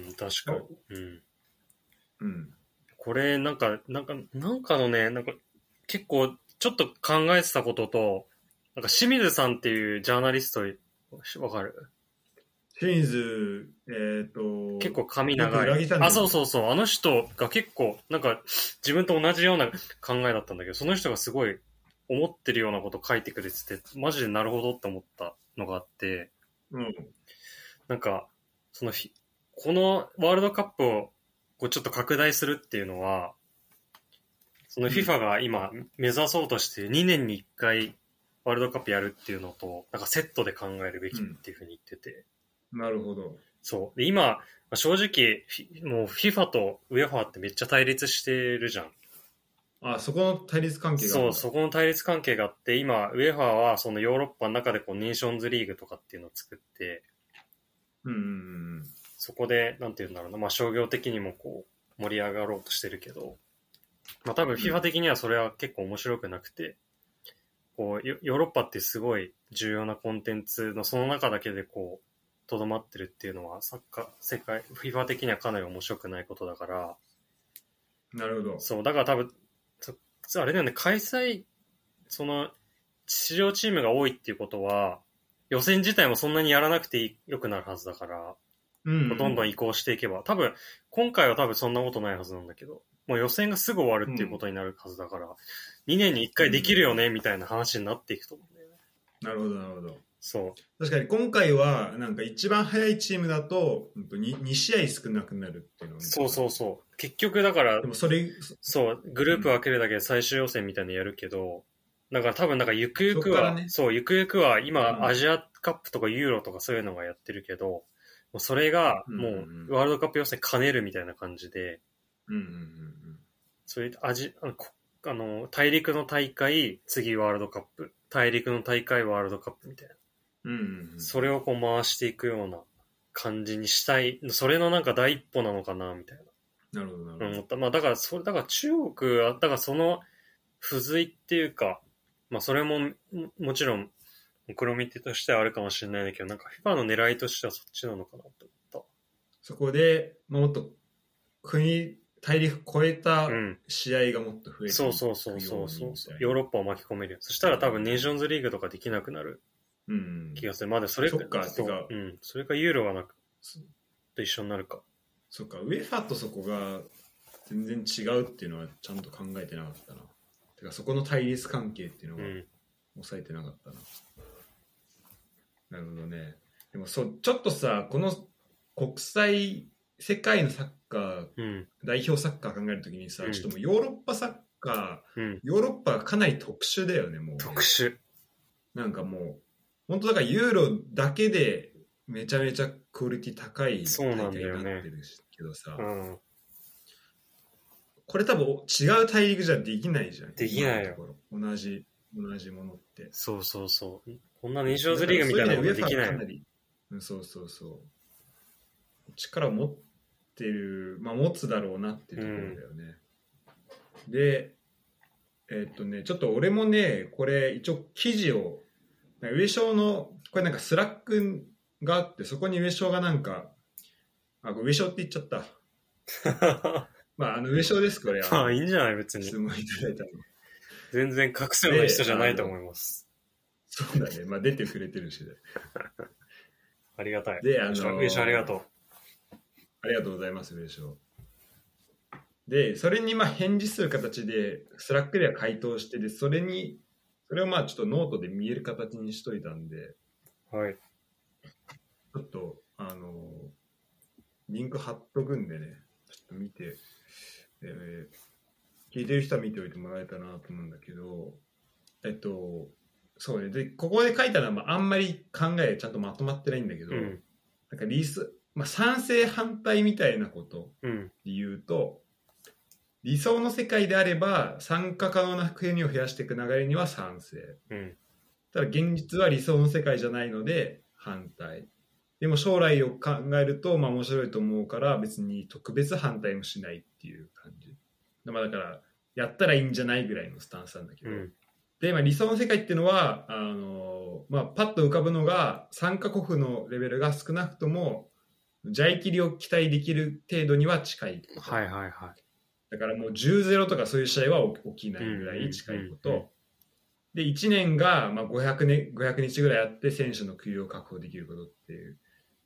確かに。うん。
うん。こ
れなんかなんかなんかのね、なんか結構ちょっと考えてたことと、なんか清水さんっていうジャーナリストわかる？
清水、えっ、ー、と、
結構髪長い。あ、そうそうそう。あの人が結構、なんか、自分と同じような考えだったんだけど、その人がすごい思ってるようなこと書いてくれてて、マジでなるほどって思ったのがあって、
うん。
なんか、その、このワールドカップをこうちょっと拡大するっていうのは、その FIFA が今目指そうとしてにねんにいっかいワールドカップやるっていうのと、なんかセットで考えるべきっていうふうに言ってて。
うん、なるほど。
そう。で、今、正直、もう FIFA と UEFA ってめっちゃ対立してるじゃん。
あ、そこの対立関係があ
るそう、そこの対立関係があって、今、UEFA はそのヨーロッパの中でこうネーションズリーグとかっていうのを作って、
うんうんうん、
そこで、なんていうんだろうな、まあ商業的にもこう盛り上がろうとしてるけど、まあ多分 FIFA 的にはそれは結構面白くなくて、こうヨーロッパってすごい重要なコンテンツのその中だけでこう、とどまってるっていうのはサッカー、世界、FIFA 的にはかなり面白くないことだから、
なるほど。
そう、だから多分、あれだよね、開催、その、出場チームが多いっていうことは、予選自体もそんなにやらなくて良くなるはずだから、
うんうん、
どんどん移行していけば、多分、今回は多分そんなことないはずなんだけど、もう予選がすぐ終わるっていうことになるはずだから、うん、にねんにいっかいできるよね、みたいな話になっていくと思うんだよね。
なるほど、なるほど。
そう。
確かに今回は、なんか一番早いチームだと、に, に試合少なくなるっていうのを。
そうそうそう。結局だから、
でもそれ、
そう、グループ分けるだけで最終予選みたいなのやるけど、だから多分なんかゆくゆくは、そ, ね、そう、ゆくゆくは今、うん、アジアカップとかユーロとかそういうのがやってるけど、もうそれがもうワールドカップ予選兼ねるみたいな感じで、
うんうんうんうん、
そういうアジあのあの大陸の大会、次ワールドカップ、大陸の大会ワールドカップみたいな、
うんうんうん、そ
れをこう回していくような感じにしたい、それのなんか第一歩なのかなみたい
な。なるほどなるほど。
まあだからそれだから中国はだからその付随っていうか、まあそれも も, もちろん目論見としてはあるかもしれないんだけど、なんか FIFA の狙いとしてはそっちなのかなと思った。
そこで、まあ、もっと国大陸超えた試合がもっと増えて、うん、
そうそうそうそうそうヨーロッパを巻き込めるよ。そしたら多分ネーションズリーグとかできなくなる気がする。うん、まだそれか、
そっか
そうか、うん、それかユーロがなくと一緒になるか。
そっか、ウェファとそこが全然違うっていうのはちゃんと考えてなかったな。てかそこの対立関係っていうのは抑えてなかったな。うん、なるほどね。でもそちょっとさ、この国際世界のサッカー、うん、代表サッカー考えるときにさ、うん、ちょっともうヨーロッパサッカー、うん、ヨーロッパがかなり特殊だよね、もう。
特殊。
なんかもう、本当だからユーロだけでめちゃめちゃクオリティ高い大会になってるけどさ、ね、うん、これ多分違う大陸じゃできないじゃん。
できないよ。
同じ、同じものって。
そうそうそう。こんなネーションズリーグみたいなことできないよ。
そうそうそう。力を持ってる、まあ持つだろうなっていうところだよね。うん、で、えー、っとね、ちょっと俺もね、これ一応記事を、上昇の、これなんかスラックがあって、そこに上昇がなんか、あ、上昇って言っちゃった。まあ、あの上昇です、これは。
まあ、いいんじゃない別に。
質問いただいたの。
全然隠すような人じゃないと思います。
そうだね。まあ、出てくれてるしね。
ありがたい。
で、あの
ー、上昇ありがとう。
ありがとうございます、上昇。で、それにまあ返事する形で、スラックでは回答して、で、それに、それをまあちょっとノートで見える形にしといたんで、
はい。
ちょっと、あの、リンク貼っとくんでね、ちょっと見て、えー、聞いてる人は見ておいてもらえたなと思うんだけど、えっと、そうね、で、ここで書いたのは、まあ、あんまり考えちゃんとまとまってないんだけど、うん、なんかリス、まあ、賛成反対みたいなことで言うと、うん、理想の世界であれば参加可能な国を増やしていく流れには賛成、うん、ただ現実は理想の世界じゃないので反対。でも将来を考えると、まあ、面白いと思うから別に特別反対もしないっていう感じ、まあ、だからやったらいいんじゃないぐらいのスタンスなんだけど、うん、で、まあ、理想の世界っていうのはあの、まあ、パッと浮かぶのが参加国のレベルが少なくともジャイキリを期待できる程度には近い。
はいはいはい。
だからもう じゅうたいゼロ とかそういう試合は起きないぐらい近いこと。うんうんうんうん、で、いちねんがまあごひゃくねん、ごひゃくにちぐらいあって選手の給与を確保できることっていう。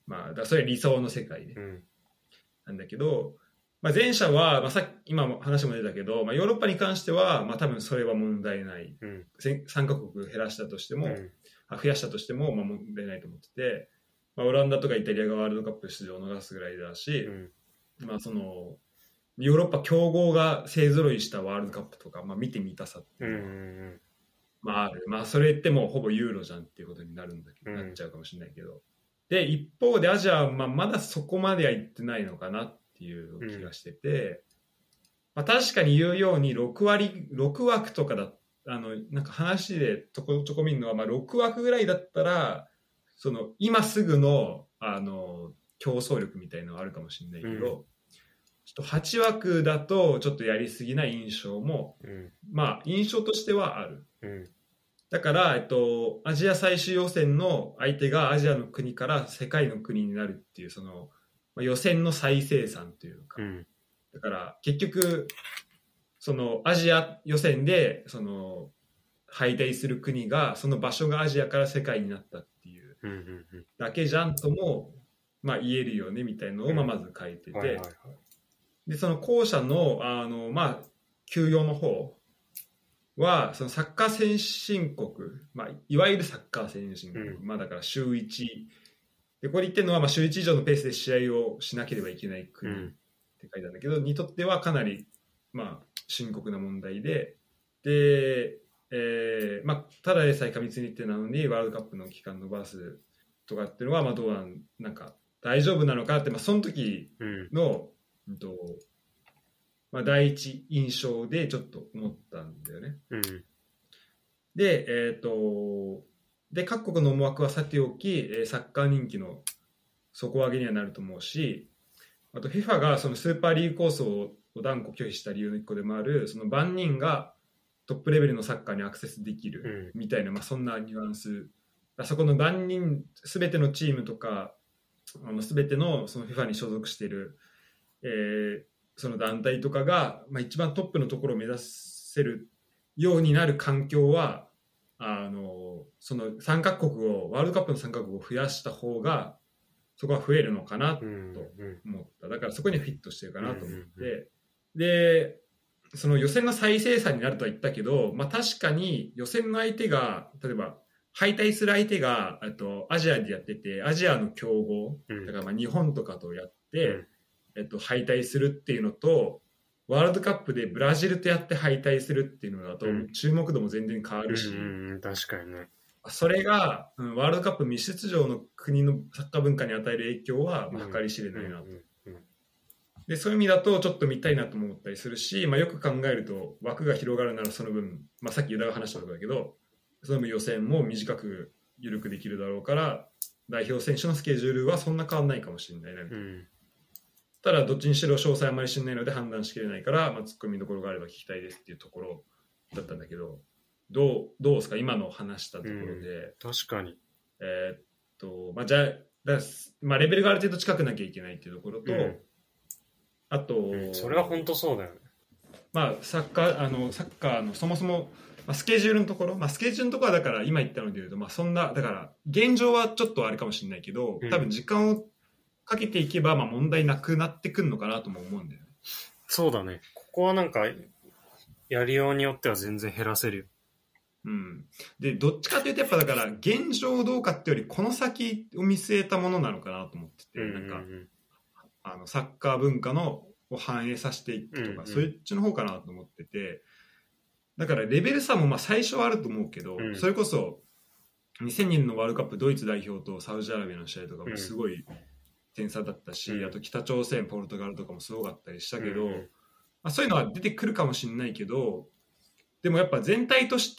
まあ、だからそれは理想の世界で、
うん、
なんだけど、まあ、前者は、まあ、さ今も話も出たけど、まあ、ヨーロッパに関しては、まあ、多分それは問題ない、
うん、
さんカ国減らしたとしても、
うん、
増やしたとしても、まあ、問題ないと思ってて、まあ、オランダとかイタリアがワールドカップ出場を逃すぐらいだし、うん、まあ、そのヨーロッパ強豪が勢ぞろいしたワールドカップとか、まあ、見てみたさっていうのは、うんうんうん、まあある。まあそれってもうほぼユーロじゃんっていうことになるんだけど、うん、なっちゃうかもしれないけど。で、一方でアジアはまあまだそこまでは行ってないのかなっていう気がしてて、うん、まあ、確かに言うようにろく割、ろく枠とかだ、あの、なんか話でちょこちょこ見るのは、まあろく枠ぐらいだったら、その今すぐの、あの、競争力みたいなのがあるかもしれないけど、うん、ちょっとはち枠だとちょっとやりすぎな印象も、うん、まあ印象としてはある、うん、だから、えっと、アジア最終予選の相手がアジアの国から世界の国になるっていうその、まあ、予選の再生産というか、うん、だから結局そのアジア予選でその敗退する国がその場所がアジアから世界になったっていうだけじゃんとも、まあ、言えるよねみたいなのをまあまず書いてて、うん、はいはいはい、でその後者の、あの、まあ、休養の方はそのサッカー先進国、まあ、いわゆるサッカー先進国、うん、まあ、だから週いちでここで言ってるのは、まあ、週いち以上のペースで試合をしなければいけない国って書いたんだけど、うん、にとってはかなり、まあ、深刻な問題で、で、えーまあ、ただでさえ過密日程なのにワールドカップの期間延ばすとかっていうのは、まあ、どうなん、なんか大丈夫なのかって、まあ、その時の、うんとまあ、第一印象でちょっと思ったんだよね。うん、で、えっと、で、各国の思惑はさておき、サッカー人気の底上げにはなると思うし、あと フィファ がそのスーパーリーグ構想を断固拒否した理由の一個でもある、その万人がトップレベルのサッカーにアクセスできるみたいな、うん、まあ、そんなニュアンス。あそこの万人、すべてのチームとか、あの全てのその フィファ に所属している、えー、その団体とかが、まあ、一番トップのところを目指せるようになる環境は、あのその参加国をワールドカップの参加国を増やした方がそこは増えるのかなと思った。だからそこにフィットしてるかなと思って、でその予選の再生産になるとは言ったけど、まあ、確かに予選の相手が例えば敗退する相手があとアジアでやってて、アジアの強豪、だからまあ日本とかとやって、うん、えっと、敗退するっていうのと、ワールドカップでブラジルとやって敗退するっていうのだと、うん、注目度も全然変わるし、
うんうん、確かにね。
それが、うん、ワールドカップ未出場の国のサッカー文化に与える影響は、まあ、計り知れないなと、うんうんうんうん。でそういう意味だとちょっと見たいなと思ったりするし、まあ、よく考えると枠が広がるならその分、まあ、さっきユダが話したところだけど、その分予選も短く緩くできるだろうから代表選手のスケジュールはそんな変わらないかもしれないなみたいな、うん、ただどっちにしろ詳細あまり知らないので判断しきれないから、まあ、ツッコミどころがあれば聞きたいですっていうところだったんだけど、どう、どうですか今の話したところで、
うん、確かに、
えー、っとまあじゃあだ、まあ、レベルがある程度近くなきゃいけないっていうところと、うん、あと、
うん、それは本当そうだよね。
まあサッカーあのサッカーのそもそもまあ、スケジュールのところ、まあ、スケジュールのところはだから今言ったので言うと、まあ、そんなだから現状はちょっとあれかもしれないけど、多分時間をかけていけばまあ問題なくなってくるのかなとも思うんだよね。
そうだね。ここはなんかやりようによっては全然減らせるよ。
うん、でどっちかというとやっぱだから現状どうかってよりこの先を見据えたものなのかなと思ってて、うんうんうん、なんかあのサッカー文化のを反映させていくとか、うんうん、そっちの方かなと思ってて。だからレベル差もまあ最初はあると思うけど、うん、それこそにせんにねんのワールドカップドイツ代表とサウジアラビアの試合とかもすごい点差だったし、うん、あと北朝鮮ポルトガルとかもすごかったりしたけど、うんまあ、そういうのは出てくるかもしれないけど、でもやっぱ全体として、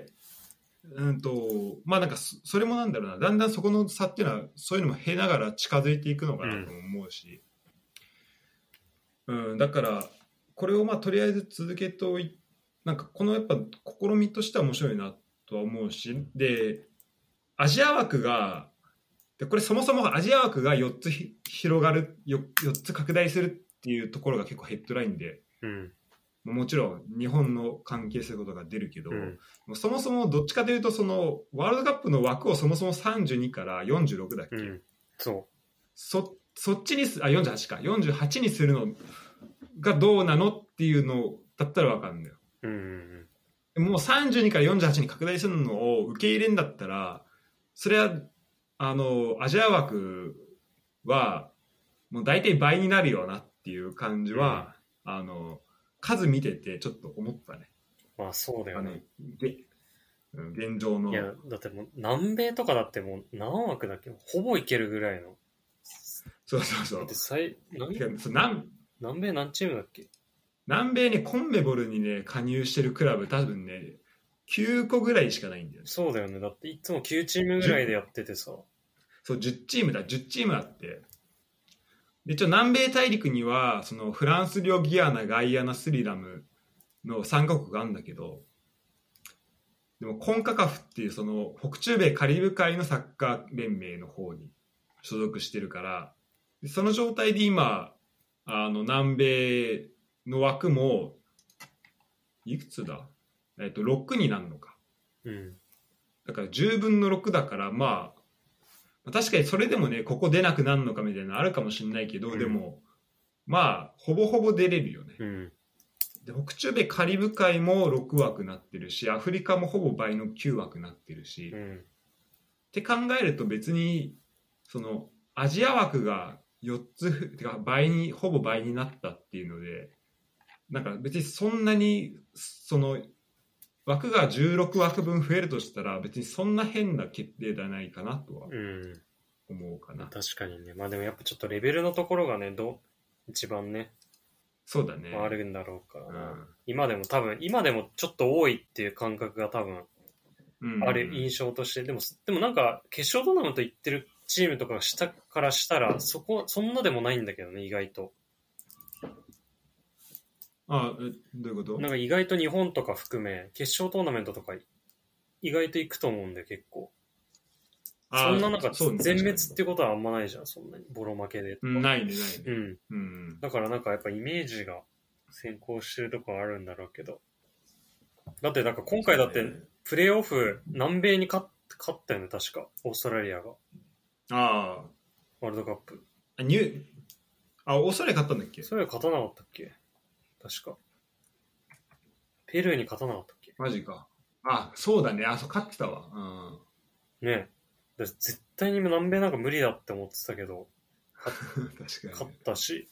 うんとまあなんかそれもなんだろうな、だんだんそこの差っていうのはそういうのも経ながら近づいていくのかなと思うし、うんうん、だからこれをまあとりあえず続けておいて、なんかこのやっぱ試みとしては面白いなとは思うし、でアジア枠がでこれそもそもアジア枠がよっつ広がる よ, よっつ拡大するっていうところが結構ヘッドラインで、うん、もちろん日本の関係することが出るけど、うん、もうそもそもどっちかというとそのワールドカップの枠をそもそもさんじゅうにからよんじゅうろくだっけ、うん、
そ
そそっちにすあよんじゅうはちかよんじゅうはちにするのがどうなのっていうのだったら分かるんだよ、
うんうん
うん、もうさんじゅうにからよんじゅうはちに拡大するのを受け入れるんだったらそれはあのアジア枠はもう大体倍になるよなっていう感じは、うん、あの数見ててちょっと思ったね。
まあそうだよね。
現状の。
いやだってもう南米とかだってもう何枠だっけほぼいけるぐらいの。
そうそうそう。
で最南
南
南米何チームだっけ？
南米ねコンメボルにね加入してるクラブ多分ねきゅうこぐらいしかないんだよね。
そうだよね。だっていつもきゅうチームぐらいでやっててさ。
そうじゅうチームだじゅうチームあって。で一応南米大陸にはそのフランス領ギアナガイアナスリラムのさんカ国があるんだけどでもコンカカフっていうその北中米カリブ海のサッカー連盟の方に所属してるからその状態で今あの南米の枠もいくつだ、えっと、ろくになるのか、
うん、
だからじゅうぶんのろくだからまあ確かにそれでもねここ出なくなるのかみたいなのあるかもしれないけど、うん、でもまあほぼほぼ出れるよね、うん、で北中米カリブ海もろくわくなってるしアフリカもほぼ倍のきゅうわくなってるし、うん、って考えると別にそのアジア枠がよっつてか倍にほぼ倍になったっていうのでなんか別にそんなにその枠がじゅうろくわくぶん増えるとしたら別にそんな変な決定ではないかなとは思うかな、
うん、確かにね。まあでもやっぱちょっとレベルのところがねど一番ね
そうだね
あるんだろうから、うん、今でも多分今でもちょっと多いっていう感覚が多分ある印象として、うんうん、でもでもなんか決勝トーナメント行ってるチームとか下からしたらそこそんなでもないんだけどね意外と。
あえどういうこと？
なんか意外と日本とか含め決勝トーナメントとか意外と行くと思うんで結構そんななんか全滅ってことはあんまないじゃんそんなにボロ負けで、
うん、ないねないね、
うんうん、だからなんかやっぱイメージが先行してるところあるんだろうけどだってなんか今回だってプレーオフ南米に勝ったよね確かオーストラリアが
ああ
ワールドカップ
あニュあオーストラリア勝ったんだっけ？
それは勝たなかったっけ確かペルーに勝たなかったっけ？
マジかあそうだねあそう勝ってたわ、
うん、ねえ絶対に南米なんか無理だって思ってたけど
確かに
勝ったし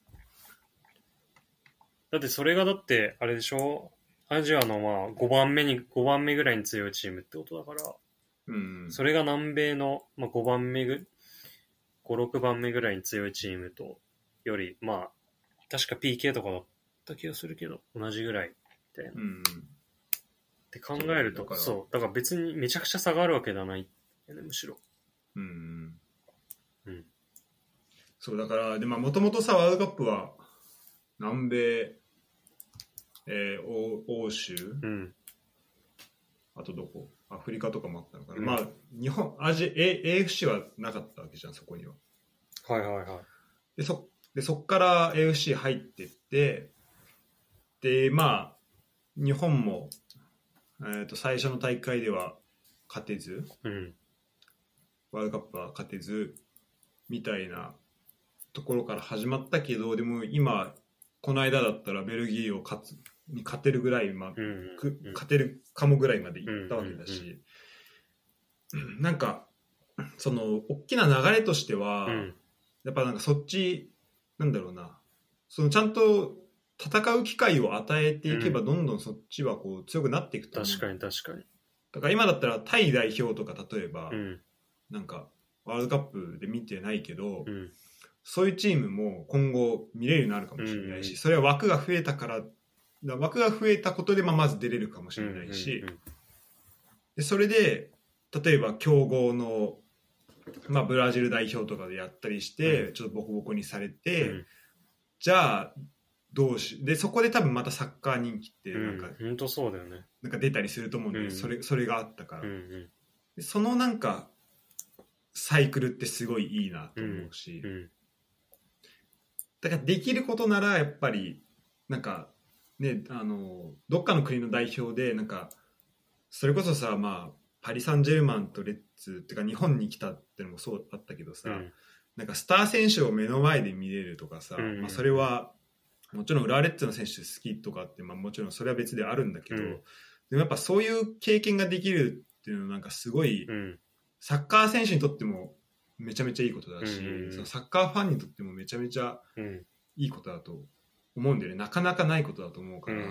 だってそれがだってあれでしょアジアのまあごばんめにごばんめぐらいに強いチームってことだから、
うん、
それが南米の、まあ、ごばんめぐご、ろくばんめぐらいに強いチームとよりまあ確か ピーケー とかだった気がするけど同じぐらいみたいな、うん、って考えるとそうだから、そうだから別にめちゃくちゃ差があるわけではない、ね、むしろ
うん
うん、
そうだからでまあもともとさワールドカップは南米、えー、欧州、
うん、
あとどこアフリカとかもあったのかな、うん、まあ日本アジ エーエフシー はなかったわけじゃんそこには
はいはいはい
でそでそっから エーエフシー 入ってってでまあ日本も、えー、と最初の大会では勝てず、
うん、
ワールドカップは勝てずみたいなところから始まったけどでも今この間だったらベルギーを勝つに勝てるぐらい、まあ
うんうん、
勝てるかもぐらいまでいったわけだし、うんうんうん、なんかその大きな流れとしては、うん、やっぱなんかそっちなんだろうなそのちゃんと戦う機会を与えていけばどんどんそっちはこう強くなっていくと思う、
確かに確かに
だから今だったらタイ代表とか例えば、
うん、なん
かワールドカップで見てないけど、
うん、
そういうチームも今後見れるようになるかもしれないし、うん、それは枠が増えたから枠が増えたことでまあまず出れるかもしれないし、うんうんうん、でそれで例えば強豪の、まあ、ブラジル代表とかでやったりして、うん、ちょっとボコボコにされて、うん、じゃあどうしでそこで多分またサッカー人気ってなんか、
うん、本当そうだよね
なんか出たりすると思うんで、うん、それそれがあったから、
うんうん、
でそのなんかサイクルってすごいいいなと思うし、
うんうん、
だからできることならやっぱりなんかねあのどっかの国の代表でなんかそれこそさまあパリ・サンジェルマンとレッツってか日本に来たってのもそうあったけどさ、うん、 なんかスター選手を目の前で見れるとかさ、
うんうん、
まあ、それはもちろん浦和レッズの選手好きとかって、まあ、もちろんそれは別であるんだけど、うん、でもやっぱそういう経験ができるっていうのはなんかすごい、うん、サッカー選手にとってもめちゃめちゃいいことだし、うんうん、そのサッカーファンにとってもめちゃめちゃいいことだと思うんだよね。なかなかないことだと思うから、うんうん、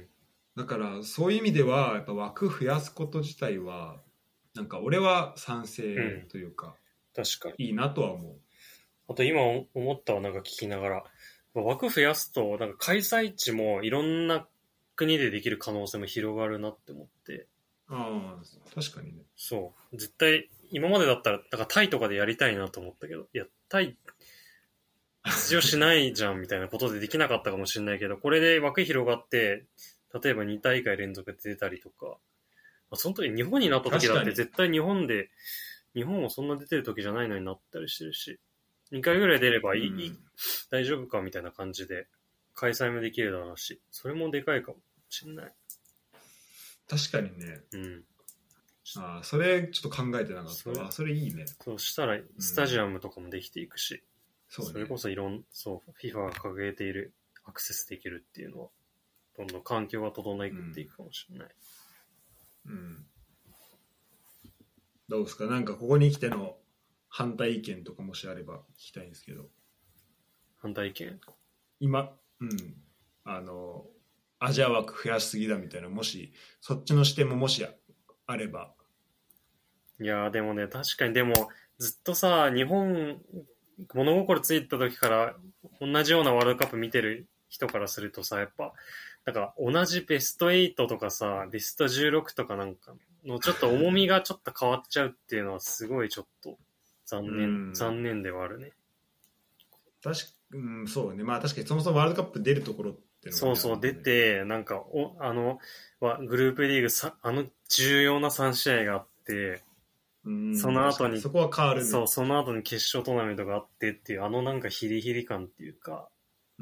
だからそういう意味ではやっぱ枠増やすこと自体はなんか俺は賛成というか、
うん、確か
にいいなとは思う。
あと今思ったはなんか聞きながら枠増やすとなんか開催地もいろんな国でできる可能性も広がるなって思って。
ああ、確かにね。
そう絶対今までだったらだからタイとかでやりたいなと思ったけど、いやタイ出場しないじゃんみたいなことでできなかったかもしれないけど、これで枠広がって例えばに大会連続で出たりとか、まあ、その時日本になった時だって絶対日本で日本もそんな出てる時じゃないのになったりしてるし、にかいぐらい出ればいい、うん、大丈夫かみたいな感じで開催もできるだろうし、それもでかいかもしれない。
確かにね。
うん。
ああ、それちょっと考えてなかったわ。それいいね。
そうしたらスタジアムとかもできていくし、うん、
そうね、
それこそいろんそう FIFA が掲げているアクセスできるっていうのはどんどん環境が整っていくかもしれない。
うん。うん、どうですか。なんかここに来ての反対意見とかもしあれば聞きたいんですけど。
反対意見？
今、うん、あのアジア枠増やしすぎだみたいな、もしそっちの視点ももしあれば。
いやでもね、確かにでもずっとさ、日本物心ついた時から同じようなワールドカップ見てる人からするとさ、やっぱなんか同じベストはちとかさ、ベストじゅうろくとかなんかのちょっと重みがちょっと変わっちゃうっていうのはすごいちょっと残念残念ではあるね。
確か、うん、そうね。まあ確かにそもそもワールドカップ出るところっての
が、ね、そうそう出て、なんかおあのグループリーグさ、あの重要なさん試合があって、
うん
その後に
そこは変わるね。
そうその後に決勝トーナメントがあってっていうあのなんかヒリヒリ感っていうか、
うん、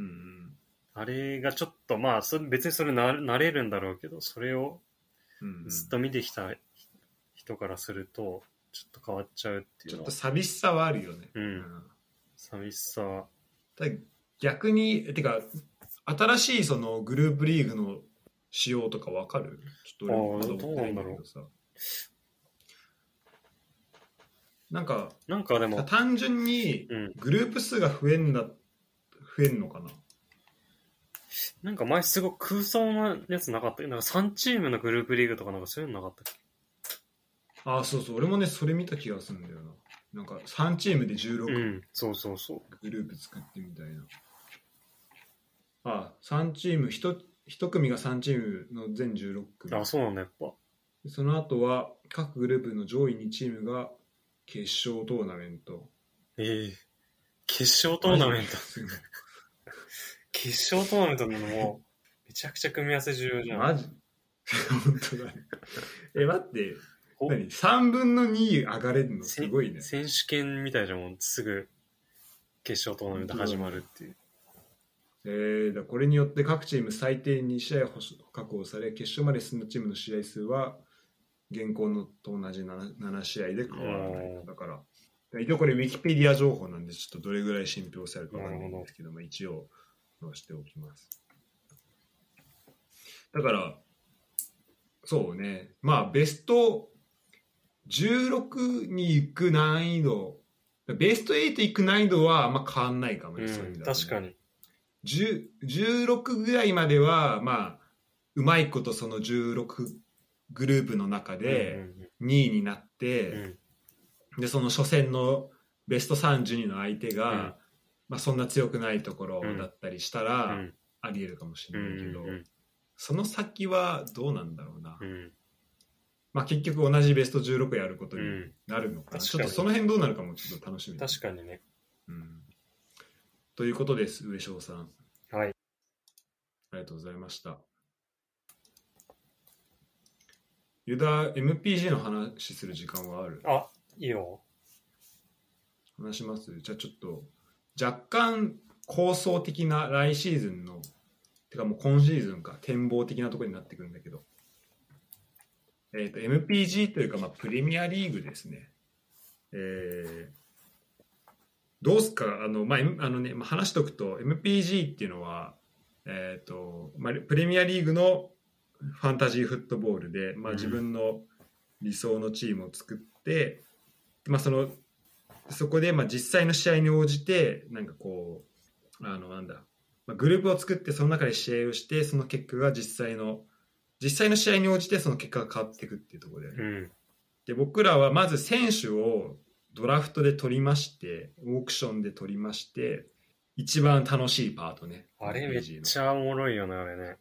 あれがちょっとまあそれ別にそれな慣れるんだろうけど、それをずっと見てきた人からするとちょっと変わっちゃうっていうのは
ちょっと寂しさはあるよね。
うん、うん、寂しさは
逆にてか新しいそのグループリーグの仕様とかわかる？ちょっと俺まだ思ってないんだけどさ。なんか
なんかでも
単純にグループ数が増えんだ、うん、増えんのかな。
なんか前すごく空想なやつなかった？なんかさんチームのグループリーグとかなんかそういうのなかったっけ？
ああ、そうそう、俺もねそれ見た気がするんだよな。なんかさんチームでじゅうろく、うん、
そうそうそう
グループ作ってみたいな。ああ、さんチーム 1, 1組がさんチームの全じゅうろく組。
あ、そうなんだやっぱ。
その後は各グループの上位にチームが決勝トーナメント。
ええー、決勝トーナメント決勝トーナメントなのもめちゃくちゃ組み合わせ重要じゃん。
マジ本当だね。え、待って。何 ?さんぶんのに上がれるのすごいね。
選手権みたいじゃん、もうすぐ決勝トーナメント始まるっていう。
えー、だこれによって各チーム最低に試合確保され、決勝まで進んだチームの試合数は現行のと同じ 7, なな試合で変わらない。だから、一応これウィキペディア情報なんで、ちょっとどれぐらい信憑されるかわからないんですけども、一応載せておきます。だから、そうね、まあベストじゅうろくに行く難易度、ベストはち行く難易度はあんま変わんないかもね、
うん、
そういう意味だと、ね、
確かに
じゅう、じゅうろくぐらいまではまあうまいことそのじゅうろくグループの中でにいになって、うんうんうん、でその初戦のベストさんじゅうにの相手が、うん、まあ、そんな強くないところだったりしたら、うん、ありえるかもしれないけど、うんうんうん、その先はどうなんだろうな、うん、まあ、結局同じベストじゅうろくやることになるのかな、うん、ちょっとその辺どうなるかもちょっと楽しみです。
確かにね、
うん、ということです。上昇さん、
はい、あ
りがとうございました。ユダ エムピージー の話する時間はある？
あ、いいよ。
話します。じゃあちょっと若干構想的な来シーズンのてかもう今シーズンか展望的なところになってくるんだけど、えーと、エムピージー というか、まあ、プレミアリーグですね。えー、 どうすかあの、まあ、M- あのね、まあ、話しておくと エムピージー っていうのは、えーとまあ、プレミアリーグのファンタジーフットボールで、まあ、自分の理想のチームを作って、うんまあ、そのそこでまあ実際の試合に応じてなんかこうあのなんだ、まあ、グループを作ってその中で試合をしてその結果が実際の実際の試合に応じてその結果が変わっていくっていうところで、ね、うん、で僕らはまず選手をドラフトで取りましてオークションで取りまして一番楽しいパートね。
あれめっちゃおもろいよねあれね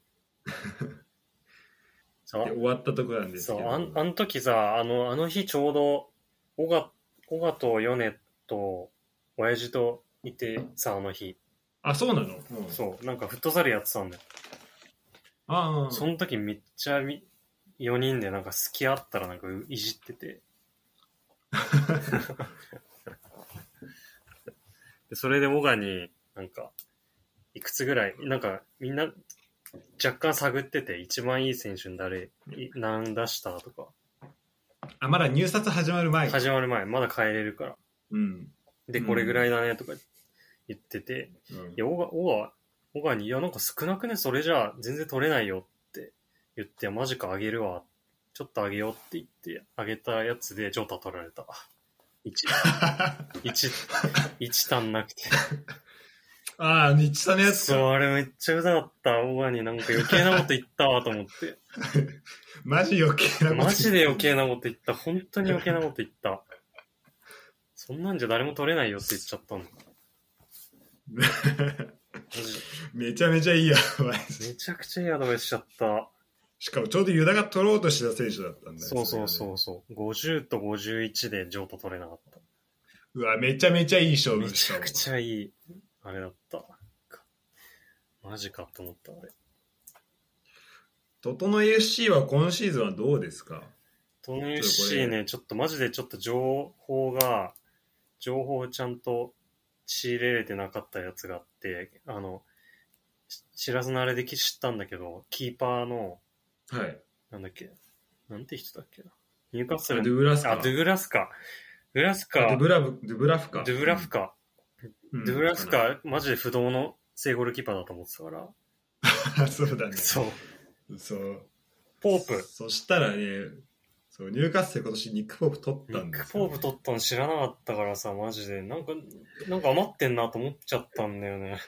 で終わったところなんですけど、
そうあんあの時さあのあの日ちょうど小賀小賀と米と親父といてさあの日
あそうなの、うん、
そうなんかフットサルやってたんだよ。
ああ
その時めっちゃよにんでなんか好き合ったらなんかいじっててでそれで小賀になんかいくつぐらいなんかみんな若干探ってて一番いい選手に誰何出したとか
あまだ入札始まる前
始まる前まだ変えれるから、
うん、
でこれぐらいだねとか言ってて、うん、いや小賀小賀小賀にいやなんか少なくねそれじゃあ全然取れないよって言ってマジかあげるわちょっとあげようって言ってあげたやつでジョータ取られたいち 1, 1足んなくて
ああいち足のやつか
そうあれめっちゃうざかった小賀になんか余計なこと言ったわと思って
マジ余計なこと
マジで余計なこと言った本当に余計なこと言ったそんなんじゃ誰も取れないよって言っちゃったの
めちゃめちゃいいアドバイ
スめちゃくちゃいいアドバイスしちゃった。
しかもちょうどユダが取ろうとした選手だったんだよ。
そうそうそうそう、ごじゅうとごじゅういちでジョート取れなかった。
うわめちゃめちゃいい勝負
めちゃくちゃいいあれだった。マジかと思ったあれ。
トトノ エフシー は今シーズンはどうですか？
トトノ エフシー ねちょっとマジでちょっと情報が情報をちゃんと仕入れれてなかったやつがあって、あの知らずのあれで知ったんだけど、キーパーの
はい
なんだっけなんて人だっけな、ニューカッスル
ドゥグラスカ
あドゥグラスカドゥグラスカ
ドゥブラブドゥブラフカ
ドゥブラフカ、
うん、
ドゥグラスカマジで不動の正ゴールキーパーだと思ってたから
そうだね
そう
そう
ポープ
そ, そしたらねそうニューカッスル今年ニック・ポープ取ったんですよ、ね、
ニック・ポープ取ったの知らなかったからさマジでなんかなんか余ってんなと思っちゃったんだよね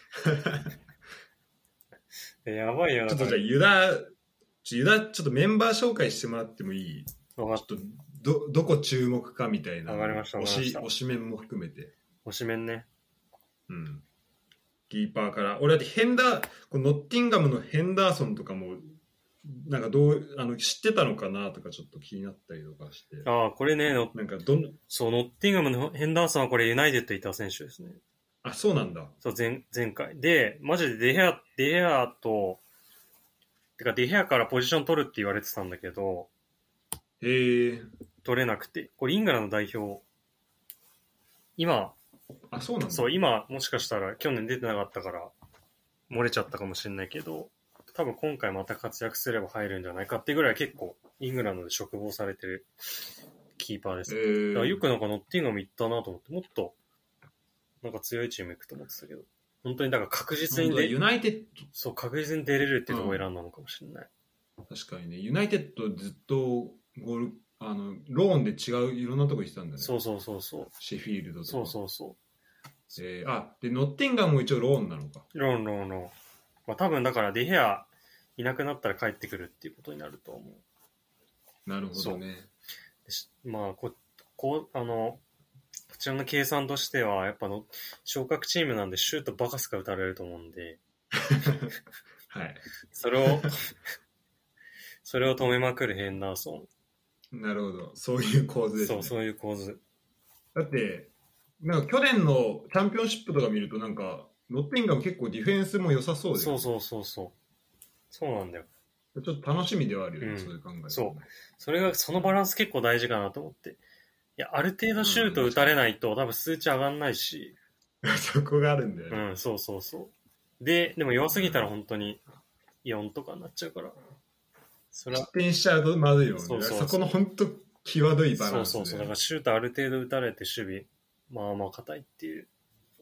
やばいよ。
ちょっとじゃあユダユダちょっとメンバー紹介してもらってもいい？
分かった。
ちょっと ど, どこ注目かみたいな。
分かりました。
推し推しメンも含めて。
推しメンね。
うん。キーパーから俺だってヘンダーこのノッティンガムのヘンダーソンとかもなんかどうあの知ってたのかなとかちょっと気になったりとかして。
ああこれねの
なんかどん
そうノッティンガムのヘンダーソンはこれユナイテッドいた選手ですね。
あそうなんだ。
そう 前, 前回でマジでデヘアデヘアとてかデヘアからポジション取るって言われてたんだけど、
へえ
取れなくてこれイングランド代表今
あそうなんだ。
そう今もしかしたら去年出てなかったから漏れちゃったかもしれないけど多分今回また活躍すれば入るんじゃないかっていうぐらい結構イングランドで嘱望されてるキーパーです、
えー、
だからよくなんかノッティンガム行ったなと思ってもっとなんか強いチーム行くと思ってたけど本当にだから確実にで
ユナイテッド
そう確実に出れるっていうところを選んだのかもしれない、
うん、確かにねユナイテッドずっとゴールあのローンで違ういろんなとこ行ってたんだね。
そうそうそうそう
シェフィールドとか
そうそうそう
えー、あでノッティンガムも一応ローンなのか
ローンローンローン、まあ、多分だからデヘアいなくなったら帰ってくるっていうことになると思う。
なるほどね。
まあここあのこちらの計算としてはやっぱの昇格チームなんでシュートバカすか打たれると思うんで
はい
それをそれを止めまくるヘンダーソ
ン。なるほどそういう構図ですね。
そうそういう構図
だってなんか去年のチャンピオンシップとか見るとなんかノッティンガム結構ディフェンスも良さそうで、
そうそうそうそうそうなんだよ。
ちょっと楽しみではあるよね、
うん、
そういう考え、ね、
そうそれがそのバランス結構大事かなと思って、いやある程度シュート打たれないと、うん、多分数値上がんないし
そこがあるんだよね。
うんそうそうそうででも弱すぎたら本当によんとかになっちゃうから
それは失点しちゃうとまずいよね。そうそうそうそこの本当際どいバランスで、
そうそうそうだからシュートある程度打たれて守備まあまあ硬いっていう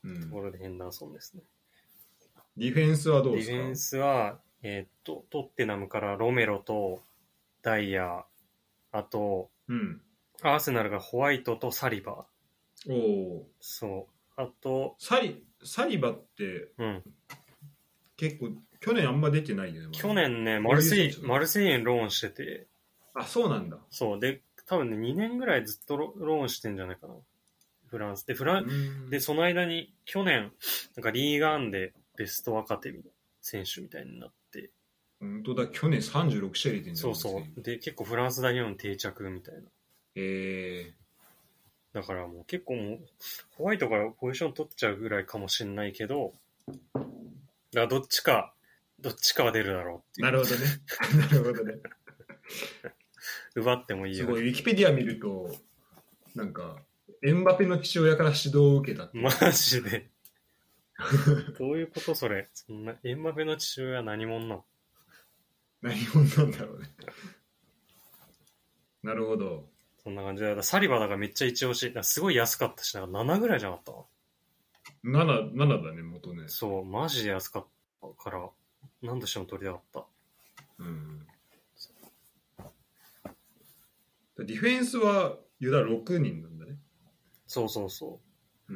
うん
ところでヘンダーソンですね。
ディフェンスはどうですか？
ディフェンスは、えーっと、トッテナムからロメロとダイヤ、あと、
うん。
アーセナルがホワイトとサリバ。
おお。
そう。あと、
サリ、サリバって
うん。
結構、去年あんま出てないよね。まだ
去年ね、マルセイ、マルセイユにローンしてて、
あ、そうなんだ。
そう。で、多分ね、にねんぐらいずっとロローンしてんじゃないかな。フランス。で、フラン、
うん
で、その間に、去年、なんかリーガンでベスト若手選手みたいになって、
本当だ、去年さんじゅうろく試合出てんじゃん。
そうそう。で、結構フランス代表の定着みたいな。
え
だからもう結構もう、ホワイトからポジション取っちゃうぐらいかもしれないけど、だからどっちか、どっちかは出るだろうって
ー、
いう。
なるほどね。なるほどね。
奪ってもいいよ。
すごい、ウィキペディア見ると、なんか、エムバペの父親から指導を受けたって。
マジで。どういうことそれ。そんな、エンバペの父親は何者なの？
何者なんだろうね。なるほど。
そんな感じで、サリバだからめっちゃ一押し。だからすごい安かったし、なんかななぐらいじゃなかった？
なな、ななだね、元ね。
そう、マジで安かったから、何としても取りたかった。
うん。ディフェンスはユダろくにんなんだね。
そうそうそう。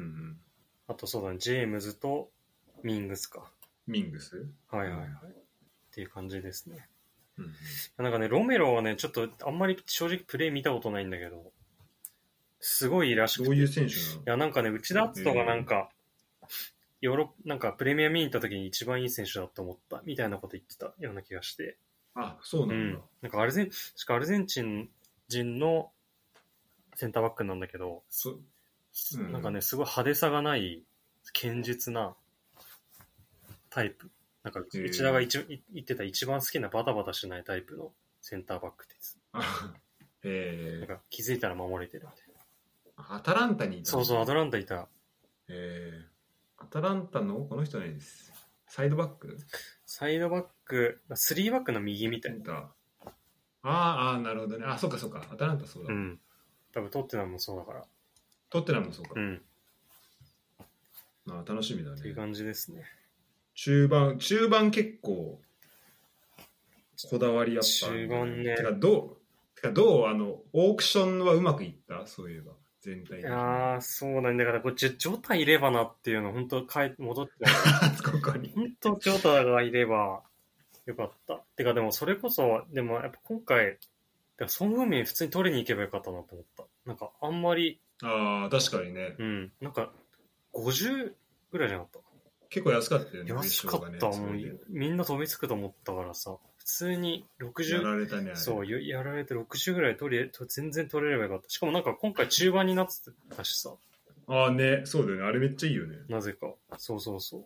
うんうん。
あとそうだね、ジェームズとミングスか。
ミングス
はいはいはい。っていう感じですね。
うんうん、
なんかね、ロメロはね、ちょっとあんまり正直プレー見たことないんだけど、すごいらしくて。
どういう選手なの？
いや、なんかね、内田篤人がなんか、ヨーロなんかプレミア見に行った時に一番いい選手だと思ったみたいなこと言ってたような気がして。
あ、そうなんだ。
うん、なんかアルゼン、しかアルゼンチン人のセンターバックなんだけど、
そうん、
なんかね、すごい派手さがない、堅実なタイプ。なんか内田が一言ってた一番好きなバタバタしないタイプのセンターバックです。
へ
なんか気づいたら守れてるみたい
な。アタランタにいた。
そうそう、アトランタいた。
えー、アタランタのこの人ないです。サイドバック
サイドバック、スリーバックの右みたいな。
あああ、なるほどね。あ、そうかそうか。アタランタそうだ。
うん。多分トッテナムもそうだから。
トッテナムもそうか。
うん。
まあ楽しみだね。
っていう感じですね。
中盤、中盤結構こだわりあった。
中盤ね。
てかどう、てかどうあの、オークションはうまくいったそういえば。全体的に。
ああ、そうなんだから、こっち、ジョタいればなっていうの、本当帰戻って
ここに。
本当ジョタがいればよかった。てか、でもそれこそ、でもやっぱ今回、ソン・フンミン普通に取りに行けばよかったなと思った。なんか、あんまり。
ああ、確かにね。
うん。なんか、ごじゅうぐらいじゃなかった。
結構安かったよね。
安かった。ね、もう、みんな飛びつくと思ったからさ。普通にろくじゅう。
やられたね。
そう、やられてろくじゅうぐらい取り、全然取れればよかった。しかもなんか今回中盤になってたしさ。
ああね、そうだよね。あれめっちゃいいよね。
なぜか。そうそうそう。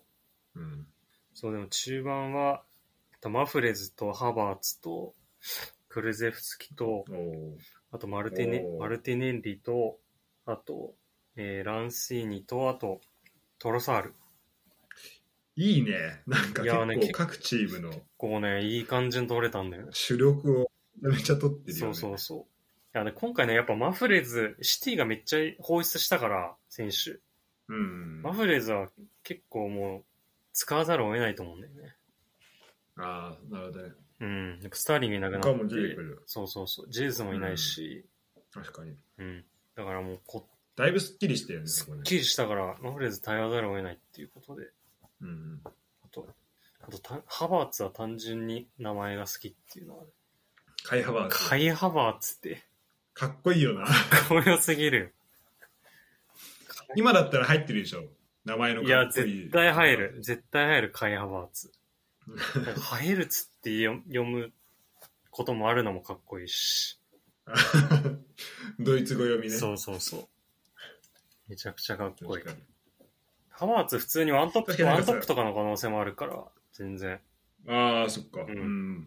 うん。
そう、でも中盤は、マフレズとハバーツと、クルゼフスキと、あとマルテネ、マルティネンリと、あと、えー、ランシーニと、あと、トロサール。
いいね。なんか結構各チームの。結
構ね、いい感じに取れたんだよね。
主力をめちゃめちゃ取ってるよね。
そうそうそう。いやね、今回ね、やっぱマフレズ、シティがめっちゃ放出したから、選手。
うん。
マフレズは結構もう、使わざるを得ないと思うんだよね。
ああ、なるほどね。
うん。やっぱスターリングいなくなって。
他も出てくる。
そうそうそう。ジェイズもいないし。
うん、確かに。
うん。だからもうこ、
だいぶスッキリしたよね。
スッキリしたから、マフレーズ頼らざるを得ないっていうことで。
うん。
あと、あとハバーツは単純に名前が好きっていうのは、ね。
カイハバーツ。
カイハバーツって。
かっこいいよな。
かっこよすぎるよ。
今だったら入ってるでしょ。名前のかっこいい。
いや、絶対入る。絶対入る、カイハバーツ。入るつって読むこともあるのもかっこいいし。
ドイツ語読みね。
そうそうそう。めちゃくちゃかっこいい。ハバーツ普通にワントップ、ワントップとかの可能性もあるから、全然。
ああ、そっか。
うん。うん、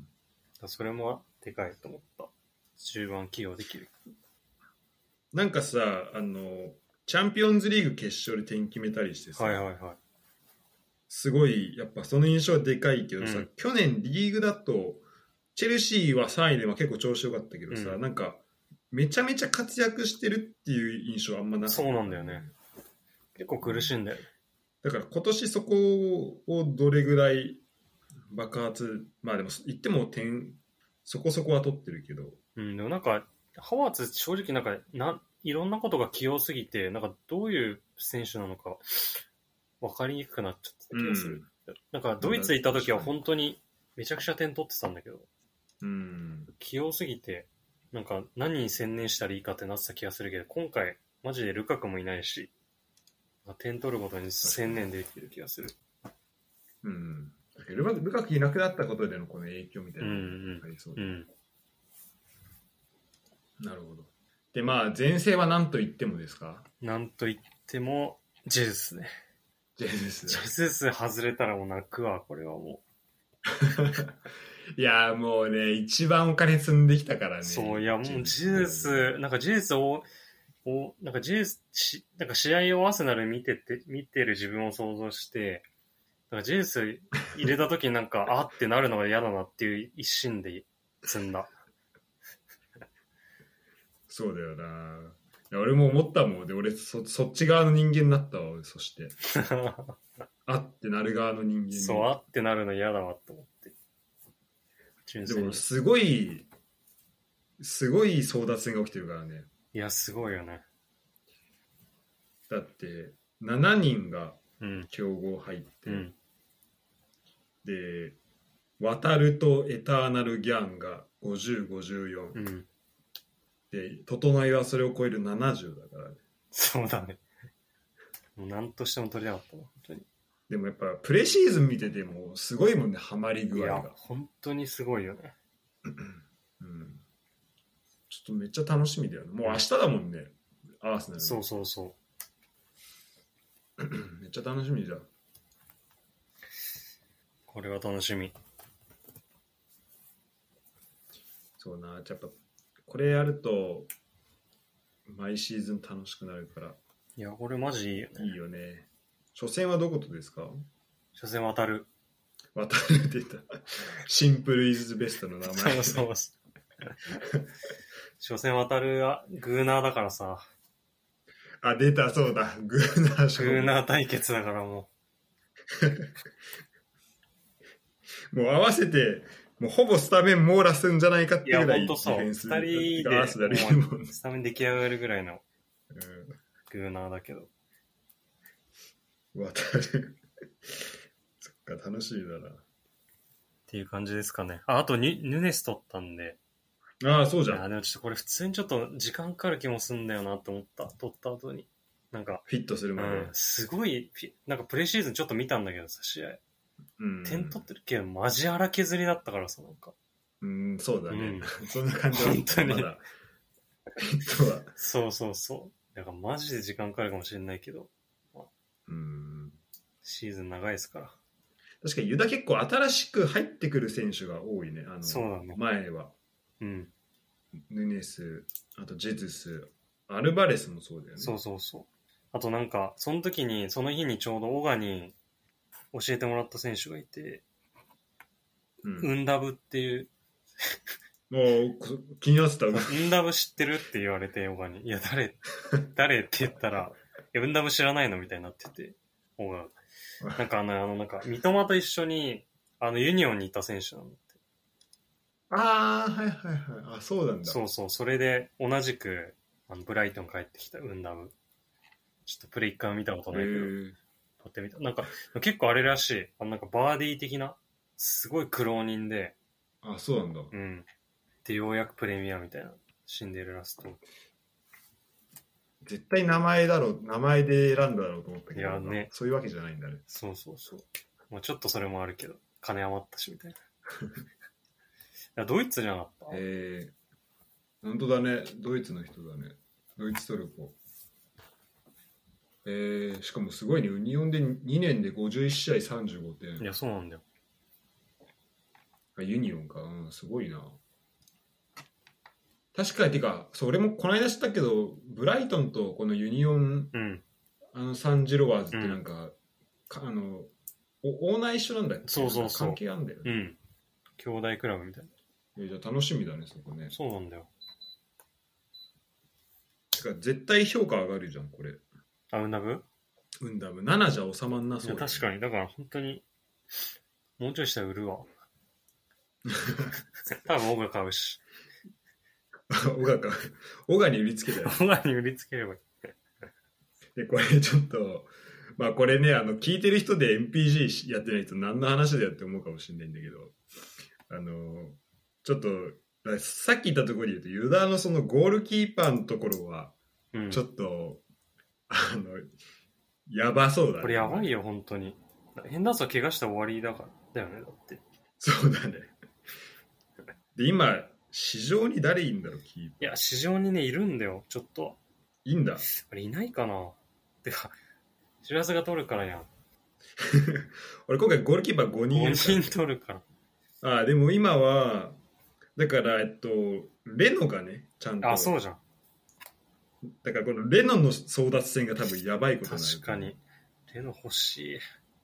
それもでかいと思った。中盤起用できる。
なんかさ、あの、チャンピオンズリーグ決勝で点決めたりしてさ、
はいはいはい。
すごい、やっぱその印象はでかいけどさ、うん、去年リーグだと、チェルシーはさんいで結構調子よかったけどさ、うん、なんか、めちゃめちゃ活躍してるっていう印象はあんまなかった。
そうなんだよね。結構苦しいんだよ。
だから今年そこをどれぐらい爆発、まあでも言っても点そこそこは取ってるけど、
うん、でもなんかハワーツ正直なんかないろんなことが器用すぎて、なんかどういう選手なのか分かりにくくなっちゃった気がする、うん、なんかドイツ行った時は本当にめちゃくちゃ点取ってたんだけど、
うん、
器用すぎてなんか何に専念したらいいかってなってた気がするけど、今回マジでルカクもいないし点取ることに専念できる気がする。
うん、ルカルカクいなくなったことでのこの影響みたいなのがありそう、
うんうん、
なるほど。でまあ前線は何と言ってもですか？
何と言ってもジェズスね。
ジェズス。
ジェズス外れたらもう泣くわ、これはも
う。いやもうね一番お金積んできたからね。
そういやもうジェズスなんかジェズスをおなんかジェズスなんか試合をアーセナル見てて見てる自分を想像して、なんかジェズス入れた時になんかあってなるのが嫌だなっていう一心で積んだ。
そうだよな。いや俺も思ったもんで、俺 そ, そっち側の人間になったわ。そしてあってなる側の人間に。
そうあってなるの嫌だわと思って。
でもすごいすごい争奪戦が起きてるからね。
いやすごいよね。
だってしちにんが競合入って、うん、で渡るとエターナルギャンがごじゅう、ごじゅうよん、うん、で整いはそれを超えるななじゅうだからね。
そうだね。もう何としても取りたかったな本当に。
でもやっぱプレシーズン見ててもすごいもんね、ハマり具合が。
いや本当にすごいよね。
うん、ちょっとめっちゃ楽しみだよね。もう明日だもんね、アーセナル。
そうそうそう
めっちゃ楽しみじゃん。
これは楽しみ。
そうな、やっぱこれやると毎シーズン楽しくなるから。
いやこれマジいいよね。
いいよね。初戦はどことですか？
初戦渡る。
渡るって言った。シンプルイズベストの名前、ね。
そうそう。初戦渡るはグーナーだからさ。
あ、出た、そうだ。グーナー勝負。
グーナー対決だからも
う。もう合わせて、もうほぼスタメン網羅するんじゃないかっていうぐらいディフェンス。
ふたりでスタメン出来上がるぐらいのグーナーだけど。
渡る。そっか、楽しいだな。
っていう感じですかね。あ、あとヌネス取ったんで。
ああ、そうじゃん。
あでもちょっとこれ普通にちょっと時間かかる気もするんだよなと思った。取った後に。なんか。
フィットするまで。うん、
すごい、なんかプレシーズンちょっと見たんだけどさ、試合。うん、点取ってるけど、マジ荒削りだったからさ、なんか。
うん、そうだね。うん、そんな感じは
本当に。
まだ
そうそうそう。だからマジで時間かかるかもしれないけど。まあ、
うん。
シーズン長いですから。
確かにユダ結構新しく入ってくる選手が多いね。あの
そうだね。
前は。
うん。
ヌネス、あとジェズス、アルバレスもそうだよね。
そうそうそう。あとなんか、その時に、その日にちょうどオガに教えてもらった選手がいて、うん、ウンダブっていう。
もう気になってた。
ウンダブ知ってるって言われて、オガに。いや、誰、誰って言ったら、いや、ウンダブ知らないのみたいになってて、オガ。なんかあの、あの、なんか、三笘と一緒に、あの、ユニオンにいた選手なんだって。
ああ、はいはいはい。あ、そうなんだ。
そうそう。それで、同じく、あのブライトン帰ってきたウンダム。ちょっとプレイ一回見たことないけど、撮ってみた。なんか、結構あれらしい。あのなんかバーディー的な、すごい苦労人で。
あ、そうなんだ。
うん。で、ようやくプレミアみたいな、シンデレラスト。
絶対名前だろう、名前で選んだだろうと思ったけど、
いやね、
そういうわけじゃないんだね。
そうそうそう。まあ、ちょっとそれもあるけど、金余ったしみたいな。いやドイツじゃなかった？
えー、本当だね、ドイツの人だね。ドイツトルコ。えー、しかもすごいね、ユニオンでにねんでごじゅういち試合さんじゅうごてん。
いや、そうなんだよ。
あ、ユニオンか、うん、すごいな。確かに、てか、それもこの間知ったけど、ブライトンとこのユニオン、
うん、
あのサンジロワーズってなんか、うん、かあのオーナー一緒なんだっけ？
そうそうそう。
関係あるんだよね。
うん。兄弟クラブみたいな。
え、じゃあ楽しみだね、そこね。
そうなんだよ。
てか、絶対評価上がるじゃん、これ。
あ、ウンダブ？
ウンダムななじゃ収まんなそうだ、ね、
確かに。だから本当にもうちょいしたら売るわ。多分オガ買うし。
オガか。オガに売りつけたよ。
オガに売りつければいい。
で、これちょっと、まあこれね、あの、聞いてる人で エムピージー やってない人何の話だよって思うかもしれないんだけど、あの、ちょっと、さっき言ったところで言うと、ユダのそのゴールキーパーのところは、ちょっと、うん、あの、やばそうだね。
これやばいよ、本当に。ヘンダーソン怪我したら終わりだから、だよね、だって。
そうだね。で、今、市場に誰いんだろう、キーパー。
いや、市場にね、いるんだよ、ちょっと。
いいんだ。
あれ、いないかな。てか、知らせが取るからやん。
俺、今回ゴールキーパーごにんいるから。
ごにん取るから。
ああ、でも今は、だから、えっと、レノがね、ちゃんと。
あ、そうじゃん。
だから、このレノの争奪戦が多分やばいことになる。
確かに。レノ欲しい。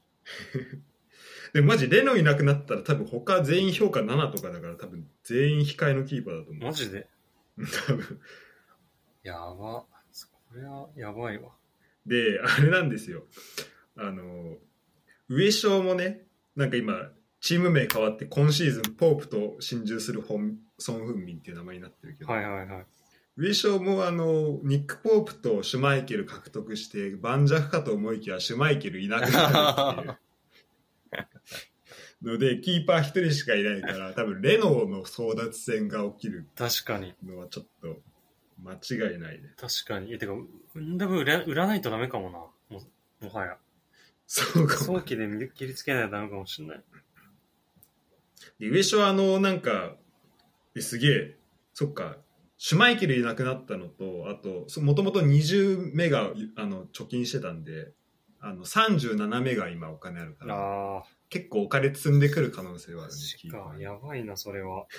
でもマジレノいなくなったら多分他全員評価ななとかだから多分全員控えのキーパーだと思う。
マジで
多分。
やば。これはやばいわ。
で、あれなんですよ。あの、上昇もね、なんか今、チーム名変わって今シーズンポープと心中するソン・フンミンっていう名前になってるけど、
はいはいはい。
上昇もあのニック・ポープとシュマイケル獲得して盤石かと思いきやシュマイケルいなくなるっていうのでキーパー一人しかいないから多分レノーの争奪戦が起きる
確かに
のはちょっと間違いないね。
確かに。えてか多分売ら、売らないとダメかもな。も, もはや
そうか
早期で切りつけないとダメかもしれない。
で上昇はあのなんかすげえそっかシュマイケルいなくなったのとあともともとにじゅうメガあの貯金してたんであのさんじゅうななメガ今お金あるから
あ
結構お金積んでくる可能性はあるね。
確かやばいなそれは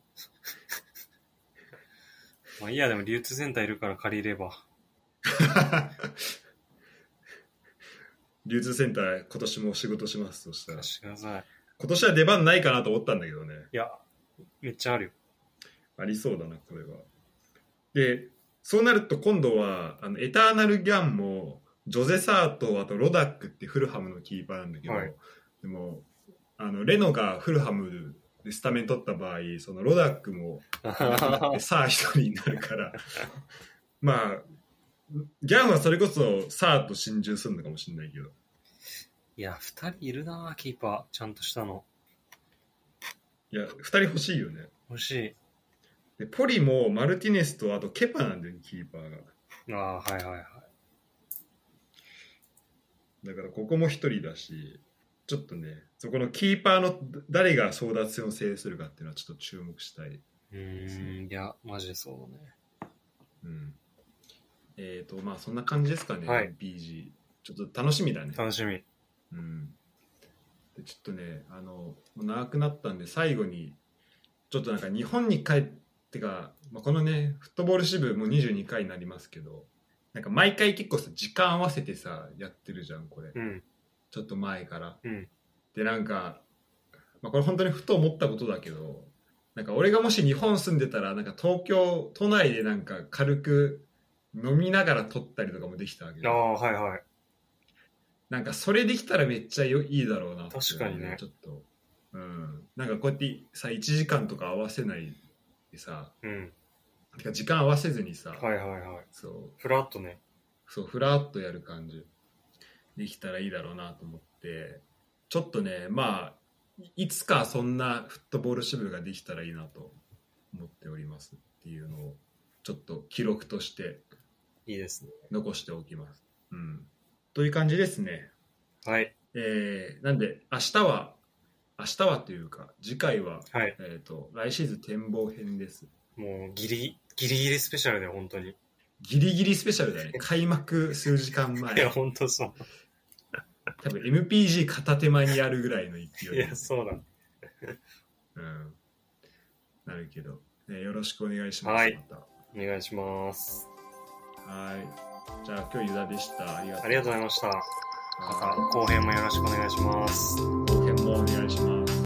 まあいいやでも流通センターいるから借りれば
流通センター今年も仕事しますとしたら
してください。
今年は出番ないかなと思ったんだけどね。
いやめっちゃあるよ。
ありそうだなこれは。でそうなると今度はあのエターナルギャンもジョゼ・サーとあとロダックってフルハムのキーパーなんだけど、はい、でもあのレノがフルハムでスタメン取った場合そのロダックもサー一人になるからまあギャンはそれこそサーと心中するのかもしれないけど。
いやふたりいるなキーパーちゃんとしたの。
いやふたり欲しいよね。
欲しい。
でポリもマルティネスとあとケパなんだよねキーパーが。
ああはいはいはい。
だからここも一人だしちょっとねそこのキーパーの誰が争奪戦を制するかっていうのはちょっと注目したい、ね、
うーんいやマジでそうだね。
うんえーとまあそんな感じですかね、
はい、
エムピージー ちょっと楽しみだね。
楽しみ。
うんでちょっとねあの長くなったんで最後にちょっとなんか日本に帰ってか、まあ、このねフットボール支部もうにじゅうにかいになりますけどなんか毎回結構さ時間合わせてさやってるじゃんこれ、
うん、
ちょっと前から、
うん、
でなんか、まあ、これ本当にふと思ったことだけどなんか俺がもし日本住んでたらなんか東京都内でなんか軽く飲みながら撮ったりとかもできたわけ
ああはいはい
なんかそれできたらめっちゃいいだろうなって、
確かにね
ちょっと、うん、なんかこうやってさいちじかんとか合わせないでさ、
うん、
てか時間合わせずにさ、
はいはいはい、
そう
フラッとね、
そうフラッとやる感じできたらいいだろうなと思ってちょっとねまあいつかそんなフットボール支部ができたらいいなと思っておりますっていうのをちょっと記録として
いいですね
残しておきます。うんという感じですね。
はい。
えー、なんで明日は明日はというか次回は、
はい
えーと、来シーズン展望編です。
もうギリギリギリスペシャルで本当に。
ギリギリスペシャルだね。開幕数時間前。
いや本当そう。
多分 エムピージー 片手間にやるぐらいの勢い。
いやそうだ。
うん。なるけど、ね、よろしくお願いします。
はい。
また
お願いします。
はい。じゃあ今日ユダでした。ありがとう。
ありがとうございました。また後編もよろしくお願いします。
後編もお願いします。